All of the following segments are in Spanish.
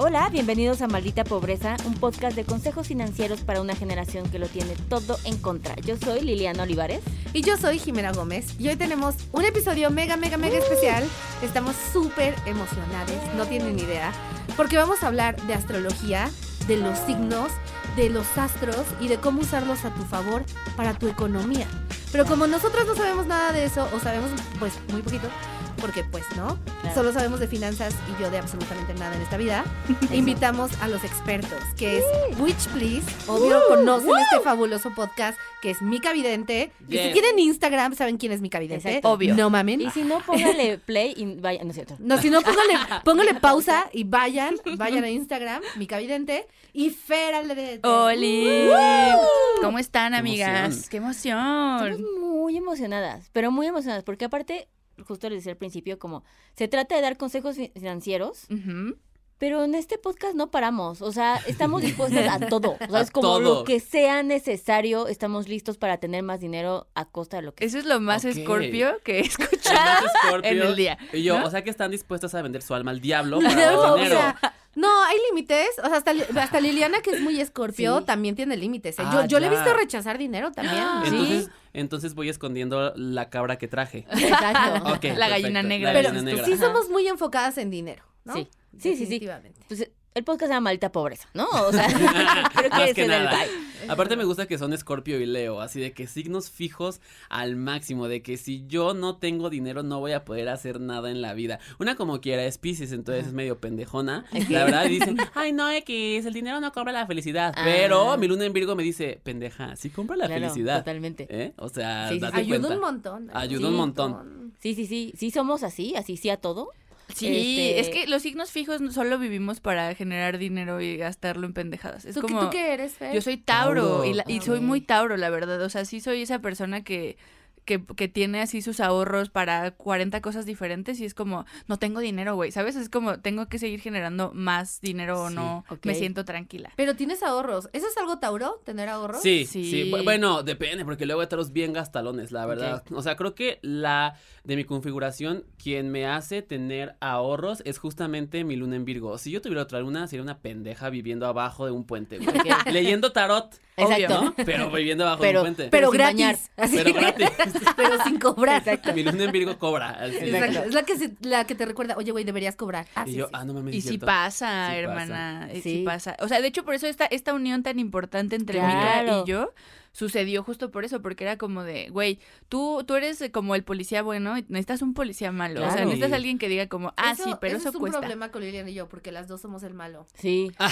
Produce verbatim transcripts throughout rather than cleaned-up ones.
Hola, bienvenidos a Maldita Pobreza, un podcast de consejos financieros para una generación que lo tiene todo en contra. Yo soy Liliana Olivares. Y yo soy Jimena Gómez. Y hoy tenemos un episodio mega, mega, mega uh. especial. Estamos súper emocionados, no tienen ni idea. Porque vamos a hablar de astrología, de los signos, de los astros y de cómo usarlos a tu favor para tu economía. Pero como nosotros no sabemos nada de eso, o sabemos pues muy poquito, porque pues no, claro. Solo sabemos de finanzas y yo de absolutamente nada en esta vida, invitamos a los expertos, que es Witch Please, obvio uh, conocen uh. este fabuloso podcast, que es Mica Vidente, yes. Que si tienen Instagram saben quién es Mica Vidente. Exacto. Obvio. No mamen. Y si no, póngale play y vayan, no es cierto. No, si no, póngale, póngale pausa y vayan, vayan a Instagram, Mica Vidente y Fer Alderete. ¡Oli! Uh. ¿Cómo están, amigas? ¡Qué emoción! ¡Qué emoción! Estamos muy emocionadas, pero muy emocionadas, porque aparte... Justo les decía al principio, como se trata de dar consejos financieros, uh-huh. Pero en este podcast no paramos, o sea, estamos dispuestos a todo, o sea, es como todo. Lo que sea necesario, estamos listos para tener más dinero a costa de lo que Eso es lo más okay. Scorpio que he escuchado en el día. Y yo, ¿no? O sea, que están dispuestos a vender su alma al diablo para dar no, dinero. O sea, no, hay límites, o sea, hasta, hasta Liliana, que es muy Scorpio, sí. También tiene límites. ¿eh? Ah, yo yo ya. le he visto rechazar dinero también. Entonces, ¿sí? Entonces voy escondiendo la cabra que traje. Exacto. Okay, la gallina negra. Pero gallina negra. sí Ajá. Somos muy enfocadas en dinero, ¿no? Sí, sí, sí, sí. Pues, el podcast se llama Maldita Pobreza, ¿no? O sea, creo que Más ese que es el nada. vibe. Aparte me gusta que son Escorpio y Leo, así de que signos fijos al máximo, de que si yo no tengo dinero no voy a poder hacer nada en la vida. Una como quiera es Piscis, entonces Ajá. Es medio pendejona, okay. La verdad, y dicen, ay no, X, el dinero no compra la felicidad, ah. Pero mi luna en Virgo me dice, pendeja, sí compra la claro, felicidad. Totalmente. ¿Eh? O sea, sí, sí, date ayuda cuenta. un montón. Ayuda sí, un montón. Sí, sí, sí, sí somos así, así sí a todo. Sí, este... es que los signos fijos solo vivimos para generar dinero y gastarlo en pendejadas. Es ¿Tú, como, ¿Tú qué eres, Fer? Yo soy Tauro, Tauro. Y, la, y okay. soy muy Tauro, la verdad. O sea, sí soy esa persona que... Que, que tiene así sus ahorros para cuarenta cosas diferentes y es como, no tengo dinero, güey, ¿sabes? Es como, tengo que seguir generando más dinero o sí, no, okay. Me siento tranquila. Pero tienes ahorros, ¿eso es algo Tauro, tener ahorros? Sí, sí, sí, bueno, depende, porque luego hay tauros bien gastalones, la verdad. Okay. O sea, creo que la de mi configuración, quien me hace tener ahorros es justamente mi luna en Virgo. Si yo tuviera otra luna, sería una pendeja viviendo abajo de un puente, güey. Okay. Leyendo tarot. Exacto. ¿No? Pero viviendo abajo pero, de un puente. Pero, pero gratis. Pero gratis. Pero sin cobrar. Exacto. Mi luna en Virgo cobra. Así. Exacto. Es la que, se, la que te recuerda, oye, güey, deberías cobrar. Ah, y sí, yo, sí. ah, no mames. Y si pasa, sí hermana. Pasa. Sí. sí pasa. O sea, de hecho, por eso esta, esta unión tan importante entre claro. Mica y yo sucedió justo por eso, porque era como de, güey, tú, tú eres como el policía bueno y necesitas un policía malo. Claro. O sea, necesitas a alguien que diga como, ah, eso, sí, pero eso, eso cuesta. Es un problema con Lilian y yo, porque las dos somos el malo. Sí. Ah.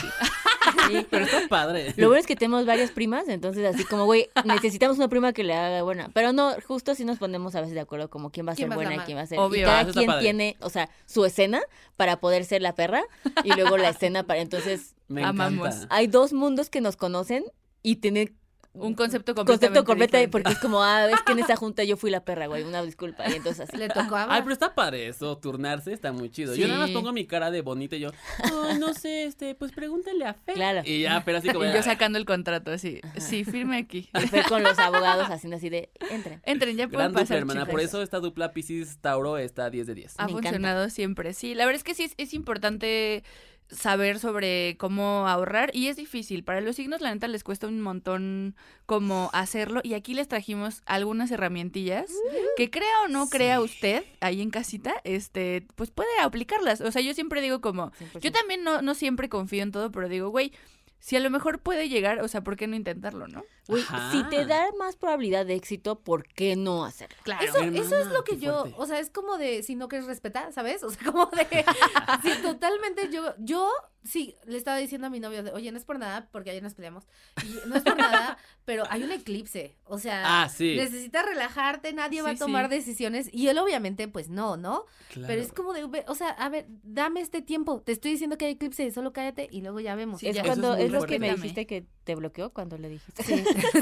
Sí, pero está padre. Lo bueno es que tenemos varias primas, entonces así como, güey, necesitamos una prima que le haga buena. Pero no, justo sí nos ponemos a veces de acuerdo como quién va a ser buena y quién va a ser. Obvio. Y cada ah, quien tiene, o sea, su escena para poder ser la perra y luego la escena para, entonces, me amamos. Encanta. Hay dos mundos que nos conocen y tienen un concepto completamente concepto completo diferente. Porque es como, ah, es que en esa junta yo fui la perra, güey, una disculpa. Y entonces así. Le tocó a... Ay, pero está padre eso, turnarse, está muy chido. Sí. Yo nada más pongo mi cara de bonita y yo, oh, no sé, este, pues pregúntale a Fer. Claro. Y ya, pero así como... Y yo sacando el contrato así, Ajá. Sí, firme aquí. Y Fer con los abogados haciendo así de, entren. Entren, ya pueden Gran pasar, dupla, hermana, por eso esta dupla Piscis-Tauro está diez de diez. Ha Me funcionado encanta. Siempre, sí. La verdad es que sí es, es importante saber sobre cómo ahorrar y es difícil. Para los signos, la neta, les cuesta un montón como hacerlo y aquí les trajimos algunas herramientillas que crea o no crea sí. Usted ahí en casita, este, pues puede aplicarlas. O sea, yo siempre digo como, cien por ciento. Yo también no, no siempre confío en todo, pero digo, güey, si a lo mejor puede llegar, o sea, ¿por qué no intentarlo, no? Güey, si te da más probabilidad de éxito, ¿por qué no hacerlo? Claro. Eso, hermana, eso es lo que yo, fuerte. O sea, es como de, si no quieres respetar, ¿sabes? O sea, como de, sí, totalmente yo, yo, sí, le estaba diciendo a mi novio, de, oye, no es por nada, porque ayer nos peleamos, y no es por nada, pero hay un eclipse, o sea, ah, sí. necesitas relajarte, nadie sí, va a tomar sí. decisiones, y él obviamente, pues no, ¿no? Claro. Pero es como de, o sea, a ver, dame este tiempo, te estoy diciendo que hay eclipse, solo cállate, y luego ya vemos. Sí, es ya. cuando, es, es lo fuerte. que me dijiste que te bloqueó cuando le dijiste. Sí.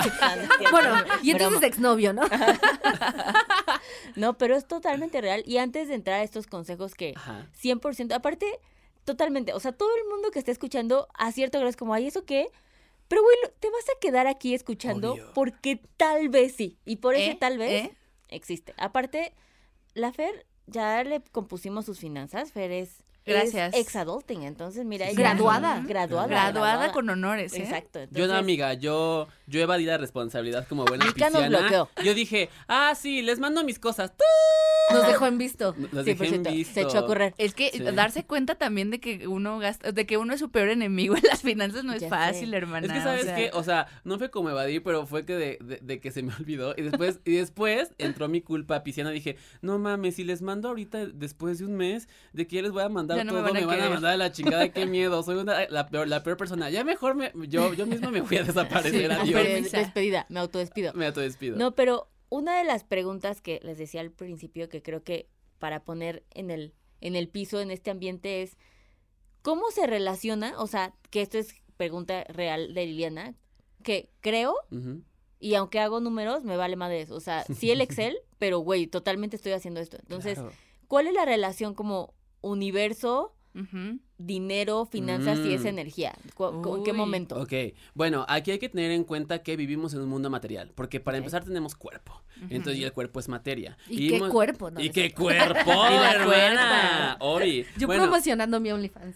Bueno, y entonces es exnovio, ¿no? No, pero es totalmente real. Y antes de entrar a estos consejos que Ajá. cien por ciento, aparte, totalmente, o sea, todo el mundo que esté escuchando a cierto grado es como, ay, ¿eso qué? Pero, güey, te vas a quedar aquí escuchando Obvio. Porque tal vez sí. Y por ese ¿Eh? tal vez ¿Eh? existe. Aparte, la Fer, ya le compusimos sus finanzas. Fer es Gracias. es ex-adulting, entonces mira. ella- Graduada. Graduada. Graduada con honores, ¿eh? Exacto. Yo no, entonces- amiga, yo, yo evadí la responsabilidad como buena Mica nos pisciana. bloqueó. Yo dije, ah, sí, les mando mis cosas. Nos dejó en visto. Los cien por dejé en ciento, visto. se echó a correr. Es que Sí. darse cuenta también de que uno gasta, de que uno es su peor enemigo en las finanzas no es Ya fácil, sé. hermana. Es que, ¿sabes o sea, qué? O sea, no fue como evadir, pero fue que de, de, de que se me olvidó. Y después, y después entró mi culpa pisciana. Dije, no mames, si les mando ahorita después de un mes, de que ya les voy a mandar Ya no me todo, van a me van a querer. mandar a la chingada, qué miedo. Soy una, la, peor, la peor persona. Ya mejor me, yo, yo mismo me voy a desaparecer. Sí, Adiós. Pero Permisa. despedida, me autodespido. Me autodespido. No, pero una de las preguntas que les decía al principio que creo que para poner en el, en el piso en este ambiente es ¿cómo se relaciona? O sea, que esto es pregunta real de Liliana, que creo, Ujú. y aunque hago números, me vale madre eso. O sea, sí el Excel, pero güey, totalmente estoy haciendo esto. Entonces, Claro. ¿cuál es la relación como universo, ujú. dinero, finanzas y esa Mm. energía? ¿Cu- cu- ¿En qué Uy. momento? Ok, bueno, aquí hay que tener en cuenta que vivimos en un mundo material, porque para Ok. empezar tenemos cuerpo, entonces y el cuerpo es materia. ¿Y qué mo- cuerpo? No, ¿Y no qué sé. cuerpo, Y la hermana? Oye, Yo bueno, promocionando mi OnlyFans.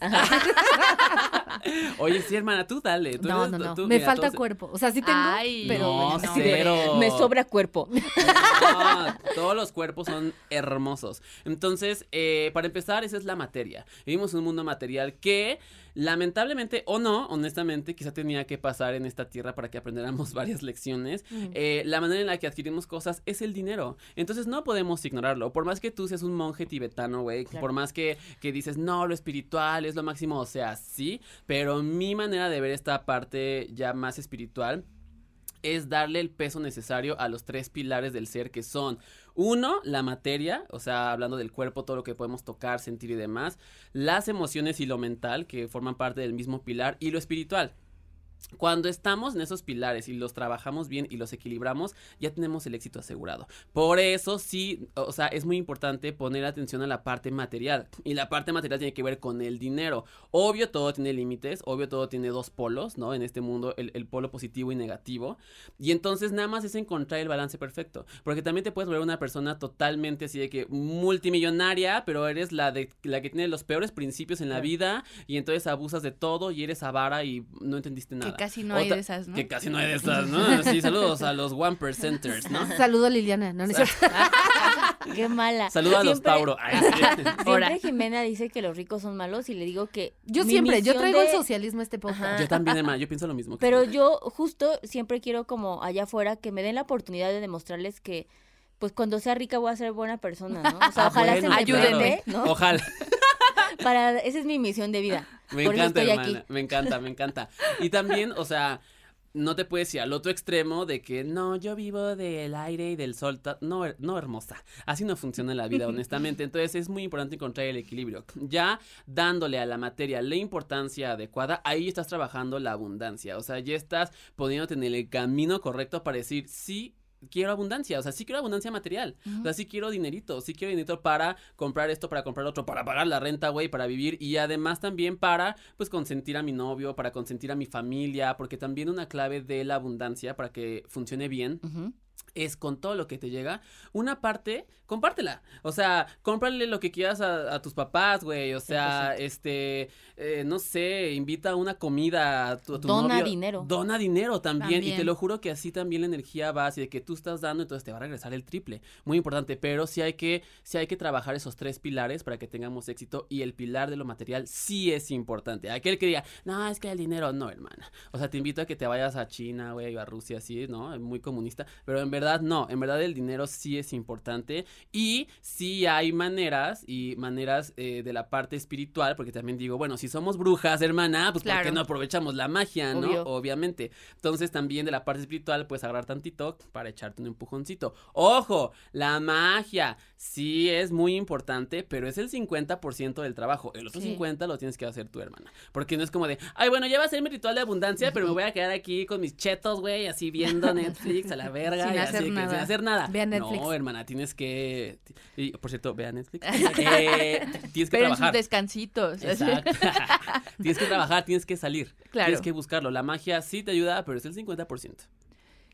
oye, sí, hermana, tú dale. Tú No, eres- no, no. tú, Me mira, falta todos- cuerpo. O sea, sí tengo, Ay, pero... No, no, cero. Me sobra cuerpo. No, todos los cuerpos son hermosos. Entonces, eh, para empezar, esa es la materia. Vivimos en un mundo material que, lamentablemente o no, honestamente, quizá tenía que pasar en esta tierra para que aprendiéramos varias lecciones. Eh, la manera en la que adquirimos cosas es el dinero. Entonces, no podemos ignorarlo. Por más que tú seas un monje tibetano, güey, Claro. por más que, que dices, no, lo espiritual es lo máximo, o sea, sí, pero mi manera de ver esta parte ya más espiritual es darle el peso necesario a los tres pilares del ser que son, uno, la materia, o sea, hablando del cuerpo, todo lo que podemos tocar, sentir y demás, las emociones y lo mental, que forman parte del mismo pilar, y lo espiritual. Cuando estamos en esos pilares y los trabajamos bien y los equilibramos, ya tenemos el éxito asegurado. Por eso sí, o sea, es muy importante poner atención a la parte material. Y la parte material tiene que ver con el dinero. Obvio, todo tiene límites, obvio, todo tiene dos polos, ¿no? En este mundo, el, el polo positivo y negativo. Y entonces nada más es encontrar el balance perfecto. Porque también te puedes volver una persona totalmente así de que multimillonaria, pero eres la, de, la que tiene los peores principios en la Claro. vida y entonces abusas de todo y eres avara y no entendiste nada. Que casi no hay Otra- de esas, ¿no? Que casi no hay de esas, ¿no? Sí, saludos a los one percenters, ¿no? Saludo a Liliana. No, no es cierto. Qué mala. Saludos a los Siempre- Tauro. Ay, sí. Ahora. Siempre Jimena dice que los ricos son malos y le digo que Yo mi siempre, yo misión traigo de- el socialismo a este podcast. Ajá. Yo también, hermana, yo pienso lo mismo. que Pero tú. yo justo siempre quiero como allá afuera que me den la oportunidad de demostrarles que pues cuando sea rica voy a ser buena persona, ¿no? O sea, Ah, ojalá bueno, se me ayúdenme, preste, ¿no? Ojalá. Para esa es mi misión de vida. Me Por eso encanta, estoy hermana. aquí. Me encanta, me encanta. Y también, o sea, no te puedes ir al otro extremo de que no, yo vivo del aire y del sol. ta- No, her- no, hermosa. Así no funciona la vida, honestamente. Entonces es muy importante encontrar el equilibrio. Ya dándole a la materia la importancia adecuada, ahí estás trabajando la abundancia. O sea, ya estás poniéndote en el camino correcto para decir sí. Quiero abundancia, o sea, sí quiero abundancia material, o sea, sí quiero dinerito, sí quiero dinerito para comprar esto, para comprar otro, para pagar la renta, güey, para vivir y además también para, pues, consentir a mi novio, para consentir a mi familia, porque también una clave de la abundancia para que funcione bien Ujú. es con todo lo que te llega, una parte, compártela. O sea, cómprale lo que quieras a, a tus papás, güey. O sea, este, eh, no sé, invita a una comida a tu, a tu Dona novio. dinero. Dona dinero también. Y te También. lo juro que así también la energía va, así de que tú estás dando, entonces te va a regresar el triple. Muy importante, pero sí hay que, sí hay que trabajar esos tres pilares para que tengamos éxito y el pilar de lo material sí es importante. Aquel que diga, no, es que el dinero, no, hermana. O sea, te invito a que te vayas a China, güey, o a Rusia, así, ¿no? Muy comunista, pero en verdad no, en verdad el dinero sí es importante y sí hay maneras y maneras eh, de la parte espiritual, porque también digo, bueno, si somos brujas, hermana, pues ¿por Claro. qué no aprovechamos la magia, no? Obvio. Obviamente. Entonces también de la parte espiritual puedes agarrar tantito para echarte un empujoncito. ¡Ojo! La magia sí es muy importante, pero es el cincuenta por ciento del trabajo. El otro Sí. cincuenta por ciento lo tienes que hacer tu hermana. Porque no es como de, ay, bueno, ya va a ser mi ritual de abundancia, pero me voy a quedar aquí con mis chetos, güey, así viendo Netflix a la verga. Sin y hacer así que nada. sin hacer nada. Vea Netflix. No, hermana, tienes que... Y, por cierto, vea Netflix. Eh, tienes que Pero en sus trabajar. descansitos. Exacto. Tienes que trabajar, tienes que salir. Claro. Tienes que buscarlo. La magia sí te ayuda, pero es el cincuenta por ciento.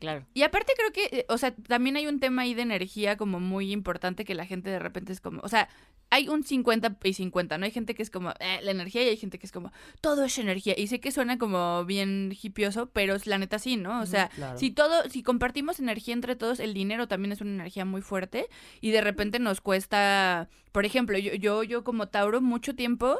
claro. Y aparte creo que, eh, o sea, también hay un tema ahí de energía como muy importante que la gente de repente es como, o sea, hay un cincuenta y cincuenta, ¿no? Hay gente que es como, eh, la energía y hay gente que es como, todo es energía. Y sé que suena como bien hipioso, pero es la neta sí, ¿no? O sea, claro. si todo, si compartimos energía entre todos, el dinero también es una energía muy fuerte y de repente nos cuesta, por ejemplo, yo, yo, yo como Tauro mucho tiempo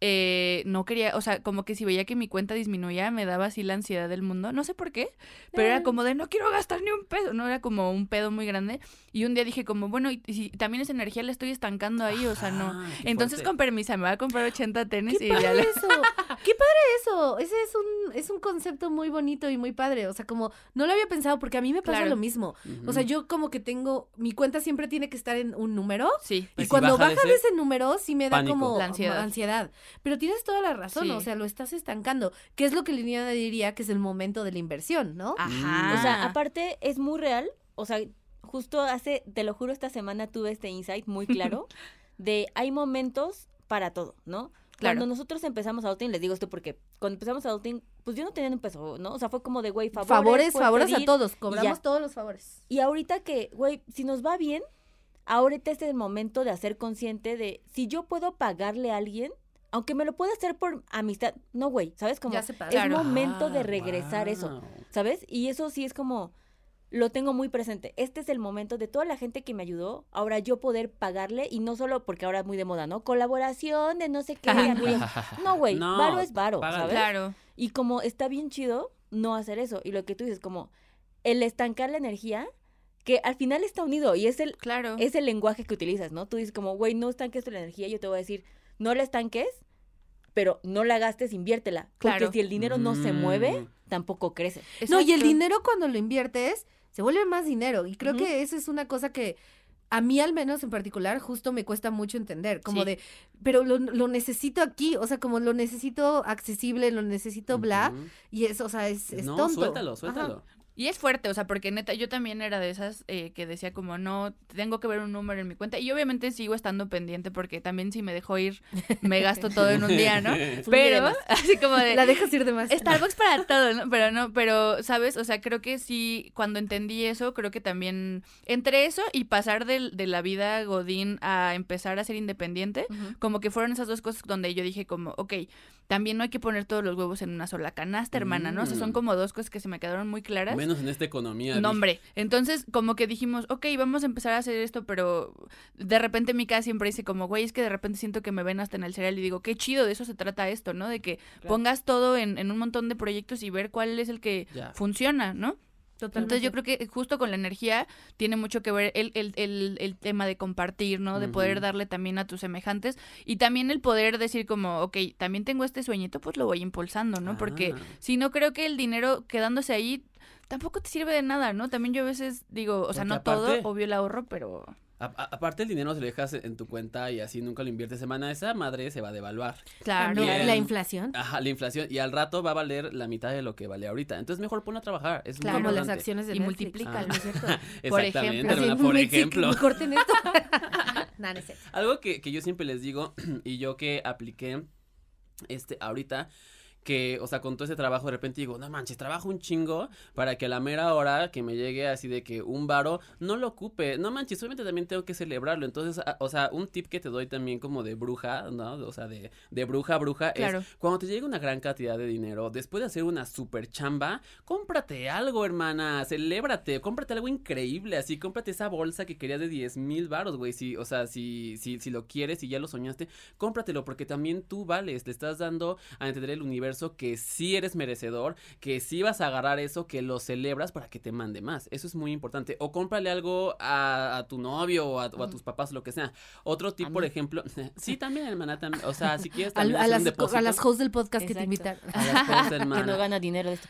eh, no quería, o sea, como que si veía que mi cuenta disminuía, me daba así la ansiedad del mundo. No sé por qué, pero era como de no quiero gastar ni un peso, no era como un pedo muy grande. Y un día dije como, bueno, y, y si también esa energía la estoy estancando ahí, o sea, no. Ah, Entonces fuerte. con permiso, me voy a comprar ochenta tenis ¡Qué y padre ya le... eso! ¡Qué padre eso! Ese es un, es un concepto muy bonito y muy padre. O sea, como no lo había pensado porque a mí me pasa Claro. lo mismo. Ujú. O sea, yo como que tengo, mi cuenta siempre tiene que estar en un número. Sí. Y Y si cuando baja de baja de ese, ese número, sí me da pánico. como La ansiedad. ansiedad. Pero tienes toda la razón, Sí. o sea, lo estás estancando. Que es lo que Liliana diría que es el momento de la inversión, ¿no? Ajá. O sea, aparte es muy real, o sea, justo hace, te lo juro, esta semana tuve este insight muy claro de hay momentos para todo, ¿no? Claro. Cuando nosotros empezamos Adulting, les digo esto porque cuando empezamos Adulting, pues yo no tenía un peso, ¿no? O sea, fue como de, güey, favores, Favores, fue favores a pedir, todos. y Cobramos ya. todos los favores. Y ahorita que, güey, si nos va bien, ahorita este es el momento de hacer consciente de si yo puedo pagarle a alguien, aunque me lo pueda hacer por amistad, no, güey, ¿sabes? Como Ya se pasa. es Claro. momento de Ah, regresar wow. eso, ¿sabes? Y eso sí es como, lo tengo muy presente. Este es el momento de toda la gente que me ayudó, ahora yo poder pagarle, y no solo porque ahora es muy de moda, ¿no? Colaboración de no sé qué. Ajá. amigos. No, güey, No, varo es varo, págale. ¿sabes? Claro. Y como está bien chido no hacer eso. Y lo que tú dices, como el estancar la energía, que al final está unido y es el, Claro. es el lenguaje que utilizas, ¿no? Tú dices como, güey, no estanques la energía, yo te voy a decir, no la estanques, pero no la gastes, inviértela. Porque Claro. si el dinero no se mueve, Mm. tampoco crece. No, y el Exacto. dinero cuando lo inviertes se vuelve más dinero. Y creo Ujú. que esa es una cosa que a mí al menos en particular justo me cuesta mucho entender. Como Sí. de, pero lo, lo necesito aquí, o sea, como lo necesito accesible, lo necesito bla. Ujú. Y es, o sea, es, es No, tonto. suéltalo, Ajá. suéltalo. Y es fuerte, o sea, porque neta, yo también era de esas eh, que decía como, no, tengo que ver un número en mi cuenta. Y obviamente sigo estando pendiente porque también si me dejo ir, me gasto todo en un día, ¿no? Fluye de Pero, más. así como de... La dejas ir de más. Starbucks para todo, ¿no? Pero no, pero, ¿sabes? O sea, creo que sí, cuando entendí eso, creo que también, entre eso y pasar del- de, la vida godín a empezar a ser independiente, Ujú. como que fueron esas dos cosas donde yo dije como, ok, también no hay que poner todos los huevos en una sola canasta, hermana, ¿no? O sea, son Mm. como dos cosas que se me quedaron muy claras. Menos en esta economía. No, vi. hombre. Entonces, como que dijimos, ok, vamos a empezar a hacer esto, pero de repente mi casa siempre dice como, güey, es que de repente siento que me ven hasta en el cereal y digo, qué chido, de eso se trata esto, ¿no? De que pongas todo en, en un montón de proyectos y ver cuál es el que Ya. funciona, ¿no? Totalmente. Entonces yo creo que justo con la energía tiene mucho que ver el, el, el, el tema de compartir, ¿no? De poder Ujú. darle también a tus semejantes y también el poder decir como, ok, también tengo este sueñito, pues lo voy impulsando, ¿no? Porque Ah. si no creo que el dinero quedándose ahí tampoco te sirve de nada, ¿no? También yo a veces digo, o sea, Porque no aparte- todo, obvio el ahorro, pero... A- a- aparte el dinero se lo dejas en tu cuenta y así nunca lo inviertes semana, esa madre se va a devaluar. Claro. También Bien. la inflación. Ajá, la inflación. Y al rato va a valer la mitad de lo que vale ahorita. Entonces mejor ponlo a trabajar. Es Como muy las importante. acciones de Y Netflix. multiplícalo. ¿no es cierto? Por Exactamente, ejemplo. hermana, Así, por muy- sí, ejemplo. que corten esto. Nah, no es cierto. Algo que, que yo siempre les digo, y yo que apliqué este ahorita, que, o sea, con todo ese trabajo de repente digo, no manches, trabajo un chingo para que a la mera hora que me llegue así de que un varo no lo ocupe. No manches, obviamente también tengo que celebrarlo. Entonces, a- o sea, un tip que te doy también como de bruja, ¿no? O sea, de, de bruja a bruja Claro. es cuando te llegue una gran cantidad de dinero, después de hacer una super chamba, cómprate algo, hermana, celébrate, cómprate algo increíble, así, cómprate esa bolsa que querías de diez mil varos, güey, si, o sea, si, si, si lo quieres y ya lo soñaste, cómpratelo, porque también tú vales, le estás dando a entender el universo que sí eres merecedor, que sí vas a agarrar eso, que lo celebras para que te mande más, eso es muy importante, o cómprale algo a, a tu novio o a, o a tus papás, lo que sea. Otro tip, A por mí. ejemplo, sí, también, hermana, también, o sea, si quieres A, también a hacer un las, depósito. a las hosts del podcast que te Exacto. invitan. A las cosas, Que hermana. no gana dinero de esto.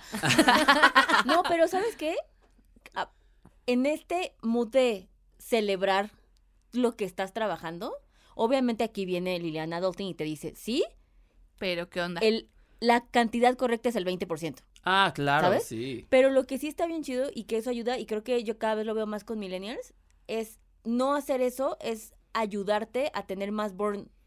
No, pero ¿sabes qué? Ah, En este mood de celebrar lo que estás trabajando, obviamente aquí viene Liliana Adulting y te dice, sí, Pero, ¿qué onda? el, la cantidad correcta es el veinte por ciento. Ah, claro, ¿Sabes? sí. Pero lo que sí está bien chido y que eso ayuda, y creo que yo cada vez lo veo más con millennials, es no hacer eso, es ayudarte a tener más burn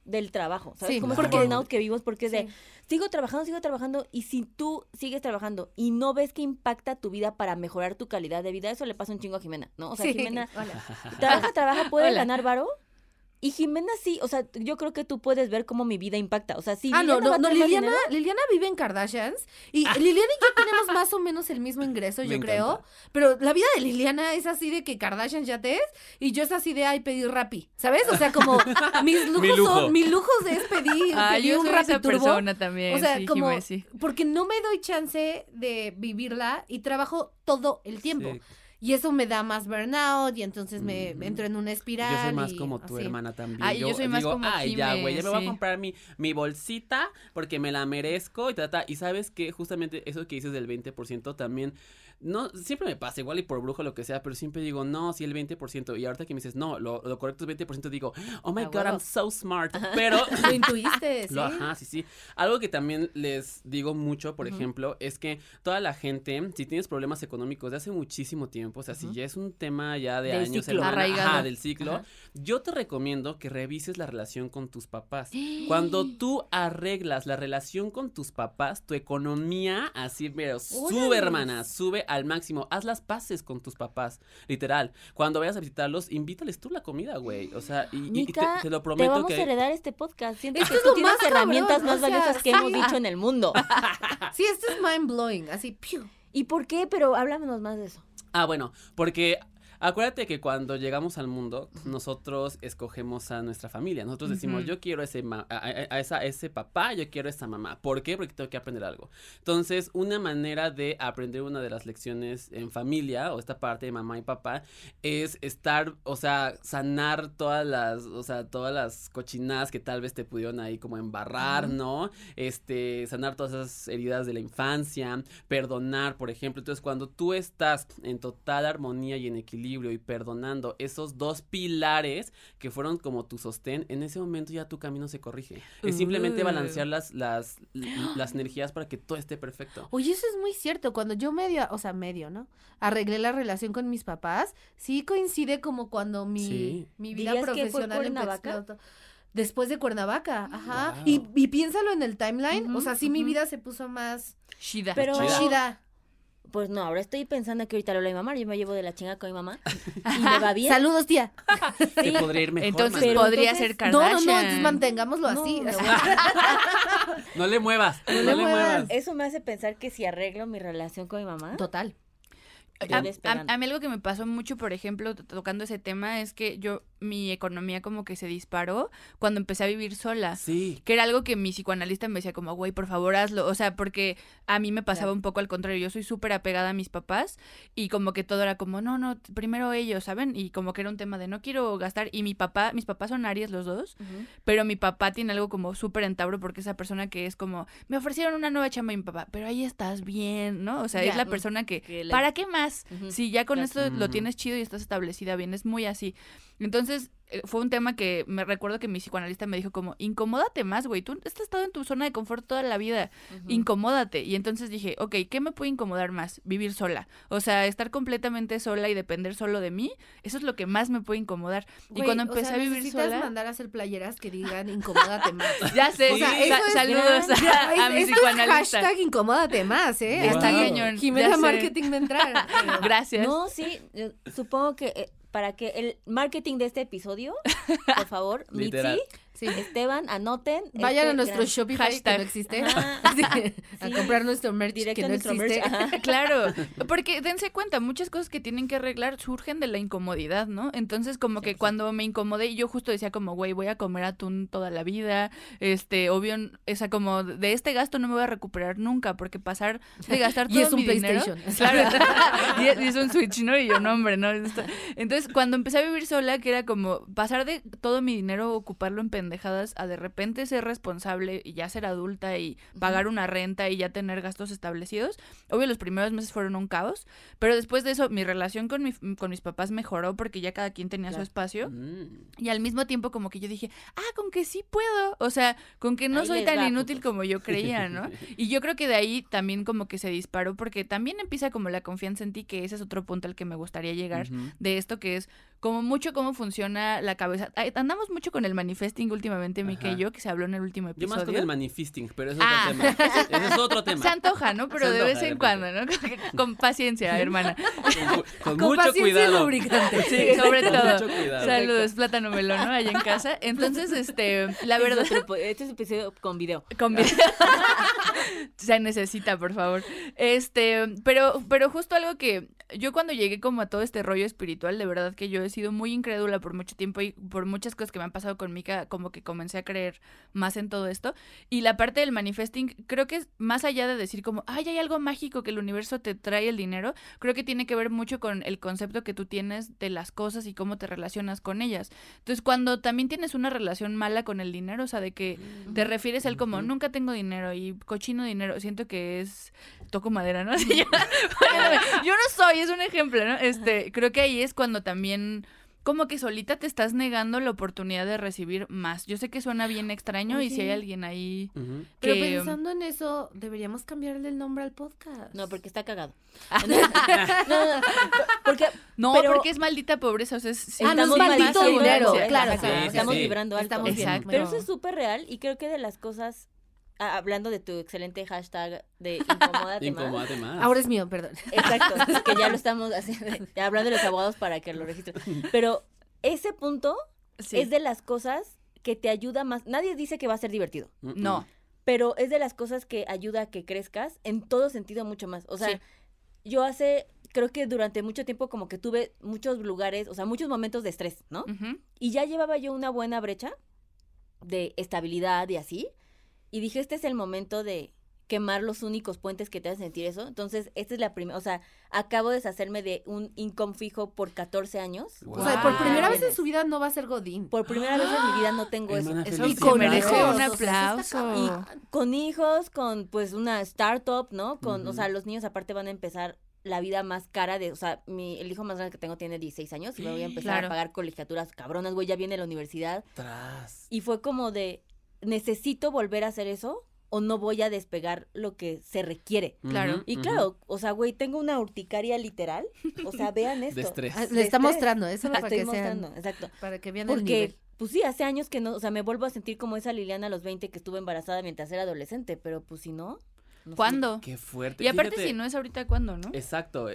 del trabajo, ¿sabes? Sí, como claro. este burnout que vivimos porque es Sí. de, sigo trabajando, sigo trabajando, y si tú sigues trabajando y no ves que impacta tu vida para mejorar tu calidad de vida, eso le pasa un chingo a Jimena, ¿no? O sea, Sí. Jimena Hola. trabaja, trabaja, puede Hola. ganar varo. Y Jimena sí, o sea, yo creo que tú puedes ver cómo mi vida impacta. O sea, sí. Ah, no, no, no, Liliana, Dinero, Liliana vive en Kardashians y Liliana y yo tenemos más o menos el mismo ingreso, Me yo creo, encanta. pero la vida de Liliana es así de que Kardashians ya te es y yo es así de, ay, pedir Rappi, ¿sabes? O sea, como mis lujos Mi lujo. son, mis lujos es pedir, Ah, pedir yo un soy Rappi esa Turbo. persona también, O sea, sí, como, Jimé, sí. porque no me doy chance de vivirla y trabajo todo el tiempo. Sí. Y eso me da más burnout y entonces me Ujú. entro en una espiral. Yo soy más y como tu así. hermana también. Ah, y yo soy más digo, como ay, ya, Jime, güey, ya me voy sí. a comprar mi, mi bolsita porque me la merezco y trata. Y sabes que justamente eso que dices del veinte por ciento también, no, siempre me pasa igual y por brujo lo que sea, pero siempre digo, no, sí el veinte por ciento. Y ahorita que me dices, no, lo, lo correcto es veinte por ciento, digo, oh my A God, huevo. I'm so smart. Pero Lo intuiste, ¿sí? Lo- ajá, sí, sí. Algo que también les digo mucho, por Ujú. ejemplo, es que toda la gente, si tienes problemas económicos de hace muchísimo tiempo, o sea, si Ujú. ya es un tema ya de Del años, ciclo. hermana, Arraigado. ajá, del ciclo, Ajá. yo te recomiendo que revises la relación con tus papás. Cuando tú arreglas la relación con tus papás, tu economía así, pero sube, Órale. hermana, sube al máximo. Haz las paces con tus papás, literal. Cuando vayas a visitarlos, invítales tú la comida, güey. O sea, y, y- y te, Mica, te lo te prometo vamos que... a heredar este podcast. Siento Esto que es tú lo tienes más cabrón, herramientas o más sea, valiosas que sí. hemos dicho en el mundo. Sí, esto es mind blowing, así, piu. ¿Y por qué? Pero háblanos más de eso. Ah, bueno, porque acuérdate que cuando llegamos al mundo, nosotros escogemos a nuestra familia. Nosotros decimos, Ujú. yo quiero ese ma- a, a- a esa, ese papá, yo quiero esa mamá. ¿Por qué? Porque tengo que aprender algo. Entonces, una manera de aprender una de las lecciones en familia, o esta parte de mamá y papá, es estar, o sea, sanar todas las, o sea, todas las cochinadas que tal vez te pudieron ahí como embarrar, ¿no? Este, sanar todas esas heridas de la infancia, perdonar, por ejemplo. Entonces, cuando tú estás en total armonía y en equilibrio y perdonando esos dos pilares que fueron como tu sostén, en ese momento ya tu camino se corrige. Es simplemente Uh. balancear las, las, las energías para que todo esté perfecto. Oye, eso es muy cierto. Cuando yo medio, o sea, medio, ¿no? Arreglé la relación con mis papás, sí coincide como cuando mi, Sí. mi vida ¿Dirías que fue profesional empezó a Cuernavaca? explotar. Después de Cuernavaca, ajá. Wow. Y, y piénsalo en el timeline, Ujú, o sea, sí mi ujú. vida se puso más, Shida. Pero- más Chida. chida. Pues no, ahora estoy pensando que ahorita lo habla mi mamá, yo me llevo de la chinga con mi mamá y me va bien. Saludos, tía. Te Sí. podría ir mejor, Entonces Manuel. Pero podría entonces- ser No, no, Kardashian. no, entonces mantengámoslo No, así. no. No le muevas, no, le le muevas. muevas. Eso me hace pensar que si arreglo mi relación con mi mamá, Total. yo A, despegando. a- a mí algo que me pasó mucho, por ejemplo, to- tocando ese tema, es que yo, mi economía como que se disparó cuando empecé a vivir sola. Sí. Que era algo que mi psicoanalista me decía como, güey, por favor hazlo. O sea, porque a mí me pasaba Claro. un poco al contrario. Yo soy súper apegada a mis papás y como que todo era como, no, no, primero ellos, ¿saben? Y como que era un tema de no quiero gastar. Y mi papá, mis papás son Aries los dos, Ujú. pero mi papá tiene algo como súper en Tauro porque esa persona que es como, me ofrecieron una nueva chamba y mi papá, pero ahí estás bien, ¿no? O sea, Ya, es la mm, persona que, que le- ¿para qué más? Ujú. Si ya con Claro. esto lo Ujú. tienes chido y estás establecida bien, es muy así. Entonces, eh, fue un tema que me recuerdo que mi psicoanalista me dijo como, incomódate más, güey, tú has estado en tu zona de confort toda la vida, Ujú. incomódate. Y entonces dije, ok, ¿qué me puede incomodar más? Vivir sola. O sea, estar completamente sola y depender solo de mí, eso es lo que más me puede incomodar. y Güey, cuando o empecé sea, a vivir necesitas sola... mandar a hacer playeras que digan incomódate más. Ya sé, O sea, sa- eso es saludos gran- a, a mi Esto es psicoanalista. hashtag incomódate más, ¿eh? Está Aquí cañón, Jimena ya sé. Marketing va a entrar. pero- Gracias. No, sí, eh, supongo que eh, para que el marketing de este episodio, por favor, Literal. Mitzi, Sí. Esteban, anoten. Vayan este a nuestro gran- Shopify Hashtag. que no existe. Ajá. Sí, a Sí. comprar nuestro merch Directo que a no nuestro existe. merch, ajá. Claro, porque dense cuenta, muchas cosas que tienen que arreglar surgen de la incomodidad, ¿no? Entonces, como que cien por ciento. cuando me incomodé, yo justo decía como, güey, voy a comer atún toda la vida, este, obvio, o sea, como de este gasto no me voy a recuperar nunca, porque pasar de gastar Y todo es un mi dinero- PlayStation. Claro, y, es, y es un Switch, ¿no? Y yo, no, hombre, no. esto- Entonces, cuando empecé a vivir sola, que era como pasar de todo mi dinero, ocuparlo en pendejadas, a de repente ser responsable y ya ser adulta y pagar una renta y ya tener gastos establecidos. Obvio, los primeros meses fueron un caos, pero después de eso mi relación con, mi, con mis papás mejoró porque ya cada quien tenía su Claro. espacio. Mm. Y al mismo tiempo como que yo dije, ah, con que sí puedo. O sea, con que no Ahí soy les tan va, inútil putos. como yo creía, ¿no? Y yo creo que de ahí también como que se disparó porque también empieza como la confianza en ti, que ese es otro punto al que me gustaría llegar Ujú. de esto, que es como mucho cómo funciona la cabeza. Ay, andamos mucho con el manifesting últimamente, Mika y yo, que se habló en el último episodio. Yo más con el manifesting, pero eso es ah. otro tema. Ese es otro tema. Se antoja, ¿no? Pero de vez en cuando, ¿no? Con paciencia, hermana. Con, con, con mucho cuidado. Lubricante. Sí, sobre con todo. Mucho cuidado. Saludos, plátano melón, ¿no? Allá en casa. Entonces, este, la verdad... Este es episodio con video. Con video. Se necesita, por favor. Este, pero, pero justo algo que yo cuando llegué como a todo este rollo espiritual, de verdad que yo he sido muy incrédula por mucho tiempo y por muchas cosas que me han pasado con Mika, como que comencé a creer más en todo esto. Y la parte del manifesting, creo que es más allá de decir como, ay, hay algo mágico que el universo te trae el dinero, creo que tiene que ver mucho con el concepto que tú tienes de las cosas y cómo te relacionas con ellas. Entonces, cuando también tienes una relación mala con el dinero, o sea, de que te refieres al como, nunca tengo dinero y cochino dinero, siento que es, toco madera, ¿no? Así yo, yo no soy, es un ejemplo, ¿no? Este, creo que ahí es cuando también como que solita te estás negando la oportunidad de recibir más. Yo sé que suena bien extraño Oye. y si hay alguien ahí Uh-huh. que... Pero pensando en eso, deberíamos cambiarle el nombre al podcast. No, porque está cagado. No, no, no, porque, no pero... porque es maldita pobreza, o sea, es, ah, no es maldito dinero, dinero, claro, sí, sí, sí, estamos sí. vibrando alto. Estamos Exacto. Pero eso es súper real y creo que de las cosas, ah, hablando de tu excelente hashtag de incomódate más. Incomódate más. Ahora es mío, perdón. Exacto, que ya lo estamos haciendo, hablando de los abogados para que lo registren. Pero ese punto sí. es de las cosas que te ayuda más. Nadie dice que va a ser divertido. No. Pero es de las cosas que ayuda a que crezcas en todo sentido mucho más. O sea, sí. yo hace, creo que durante mucho tiempo como que tuve muchos lugares, o sea, muchos momentos de estrés, ¿no? Uh-huh. Y ya llevaba yo una buena brecha de estabilidad y así. Y dije, este es el momento de quemar los únicos puentes que te hacen sentir eso. Entonces, esta es la primera, o sea, acabo de deshacerme de un income fijo por catorce años. Wow. O sea, por primera vez en su vida no va a ser Godín. Por primera vez en mi vida no tengo Hermana, eso. Eso y con merece un aplauso. Y con hijos, con pues una startup, ¿no? Con, uh-huh. o sea, los niños aparte van a empezar la vida más cara de, o sea, mi, el hijo más grande que tengo tiene dieciséis años y me voy a empezar claro. a pagar colegiaturas cabronas, güey, ya viene la universidad. Tras. Y fue como de, necesito volver a hacer eso o no voy a despegar lo que se requiere. Claro. Y claro, uh-huh. o sea, güey, tengo una urticaria literal. O sea, vean esto. De estrés. Ah, le de está estrés. mostrando, eso la para estoy que mostrando, sean, exacto. Para que vean Porque, el nivel. pues sí, hace años que no, o sea, me vuelvo a sentir como esa Liliana a los veinte que estuve embarazada mientras era adolescente, pero pues si no. no ¿Cuándo? Sé. Qué fuerte. Y aparte Fíjate, si no es ahorita, ¿cuándo, no? Exacto.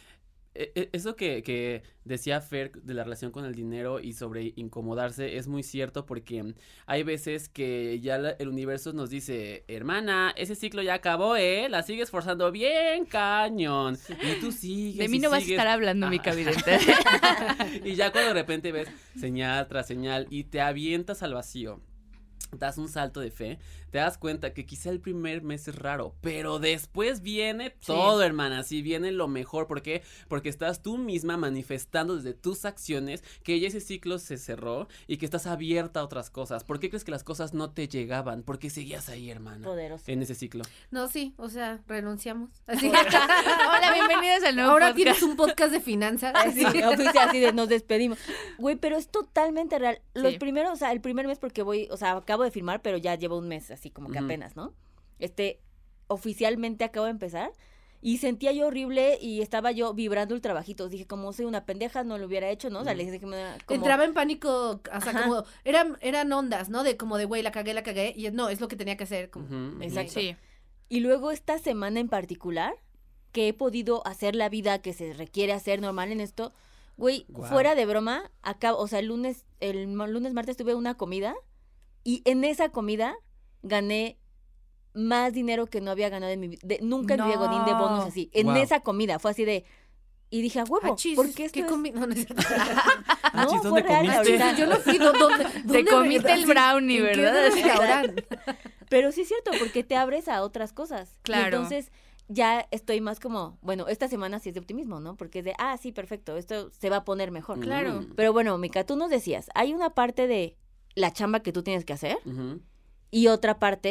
Eso que, que decía Fer de la relación con el dinero y sobre incomodarse es muy cierto porque hay veces que ya la, el universo nos dice, hermana, ese ciclo ya acabó, ¿eh? La sigues forzando bien cañón. Y tú sigues. De mí no y vas sigues. a estar hablando, mi cabidente. Y ya cuando de repente ves señal tras señal y te avientas al vacío, das un salto de fe, te das cuenta que quizá el primer mes es raro, pero después viene sí. todo, hermana, sí viene lo mejor. ¿Por qué? Porque estás tú misma manifestando desde tus acciones que ya ese ciclo se cerró y que estás abierta a otras cosas. ¿Por qué crees que las cosas no te llegaban? ¿Por qué seguías ahí, hermana? Poderoso. En ese ciclo. No, sí, o sea, renunciamos. Así. Hola, bienvenidos al nuevo Ahora podcast. tienes un podcast de finanzas. Así, oficial, así de nos despedimos. Güey, pero es totalmente real. Los sí. primeros, o sea, el primer mes porque voy, o sea, acabo de firmar, pero ya llevo un mes, así como que uh-huh. apenas, ¿no? Este, oficialmente acabo de empezar y sentía yo horrible y estaba yo vibrando ultra bajito. Dije, como soy una pendeja, no lo hubiera hecho, ¿no? O sea, le dije que me como... Entraba en pánico, o sea, Ajá. como, eran, eran ondas, ¿no? De como de, güey, la cagué, la cagué, y no, es lo que tenía que hacer. Como, uh-huh. Exacto. Sí. Y luego esta semana en particular, que he podido hacer la vida que se requiere hacer normal en esto, güey, wow. fuera de broma, acá, o sea, el lunes, el lunes, martes tuve una comida y en esa comida gané más dinero que no había ganado en mi vida. Nunca no. en mi vida Godín de bonos así. En wow. esa comida fue así de... Y dije, a huevo, ah, chis, ¿por qué esto ¿qué es...? comi- no, no, ah, no, chis, fue real ahorita. Yo no fui, ¿dónde, dónde Te comiste el brownie, ¿verdad? Pero sí es cierto, porque te abres a otras cosas. Claro. Y entonces ya estoy más como, bueno, esta semana sí es de optimismo, ¿no? Porque es de, ah, sí, perfecto, esto se va a poner mejor. Claro. Mm. Pero bueno, Mika, tú nos decías, hay una parte de la chamba que tú tienes que hacer uh-huh. y otra parte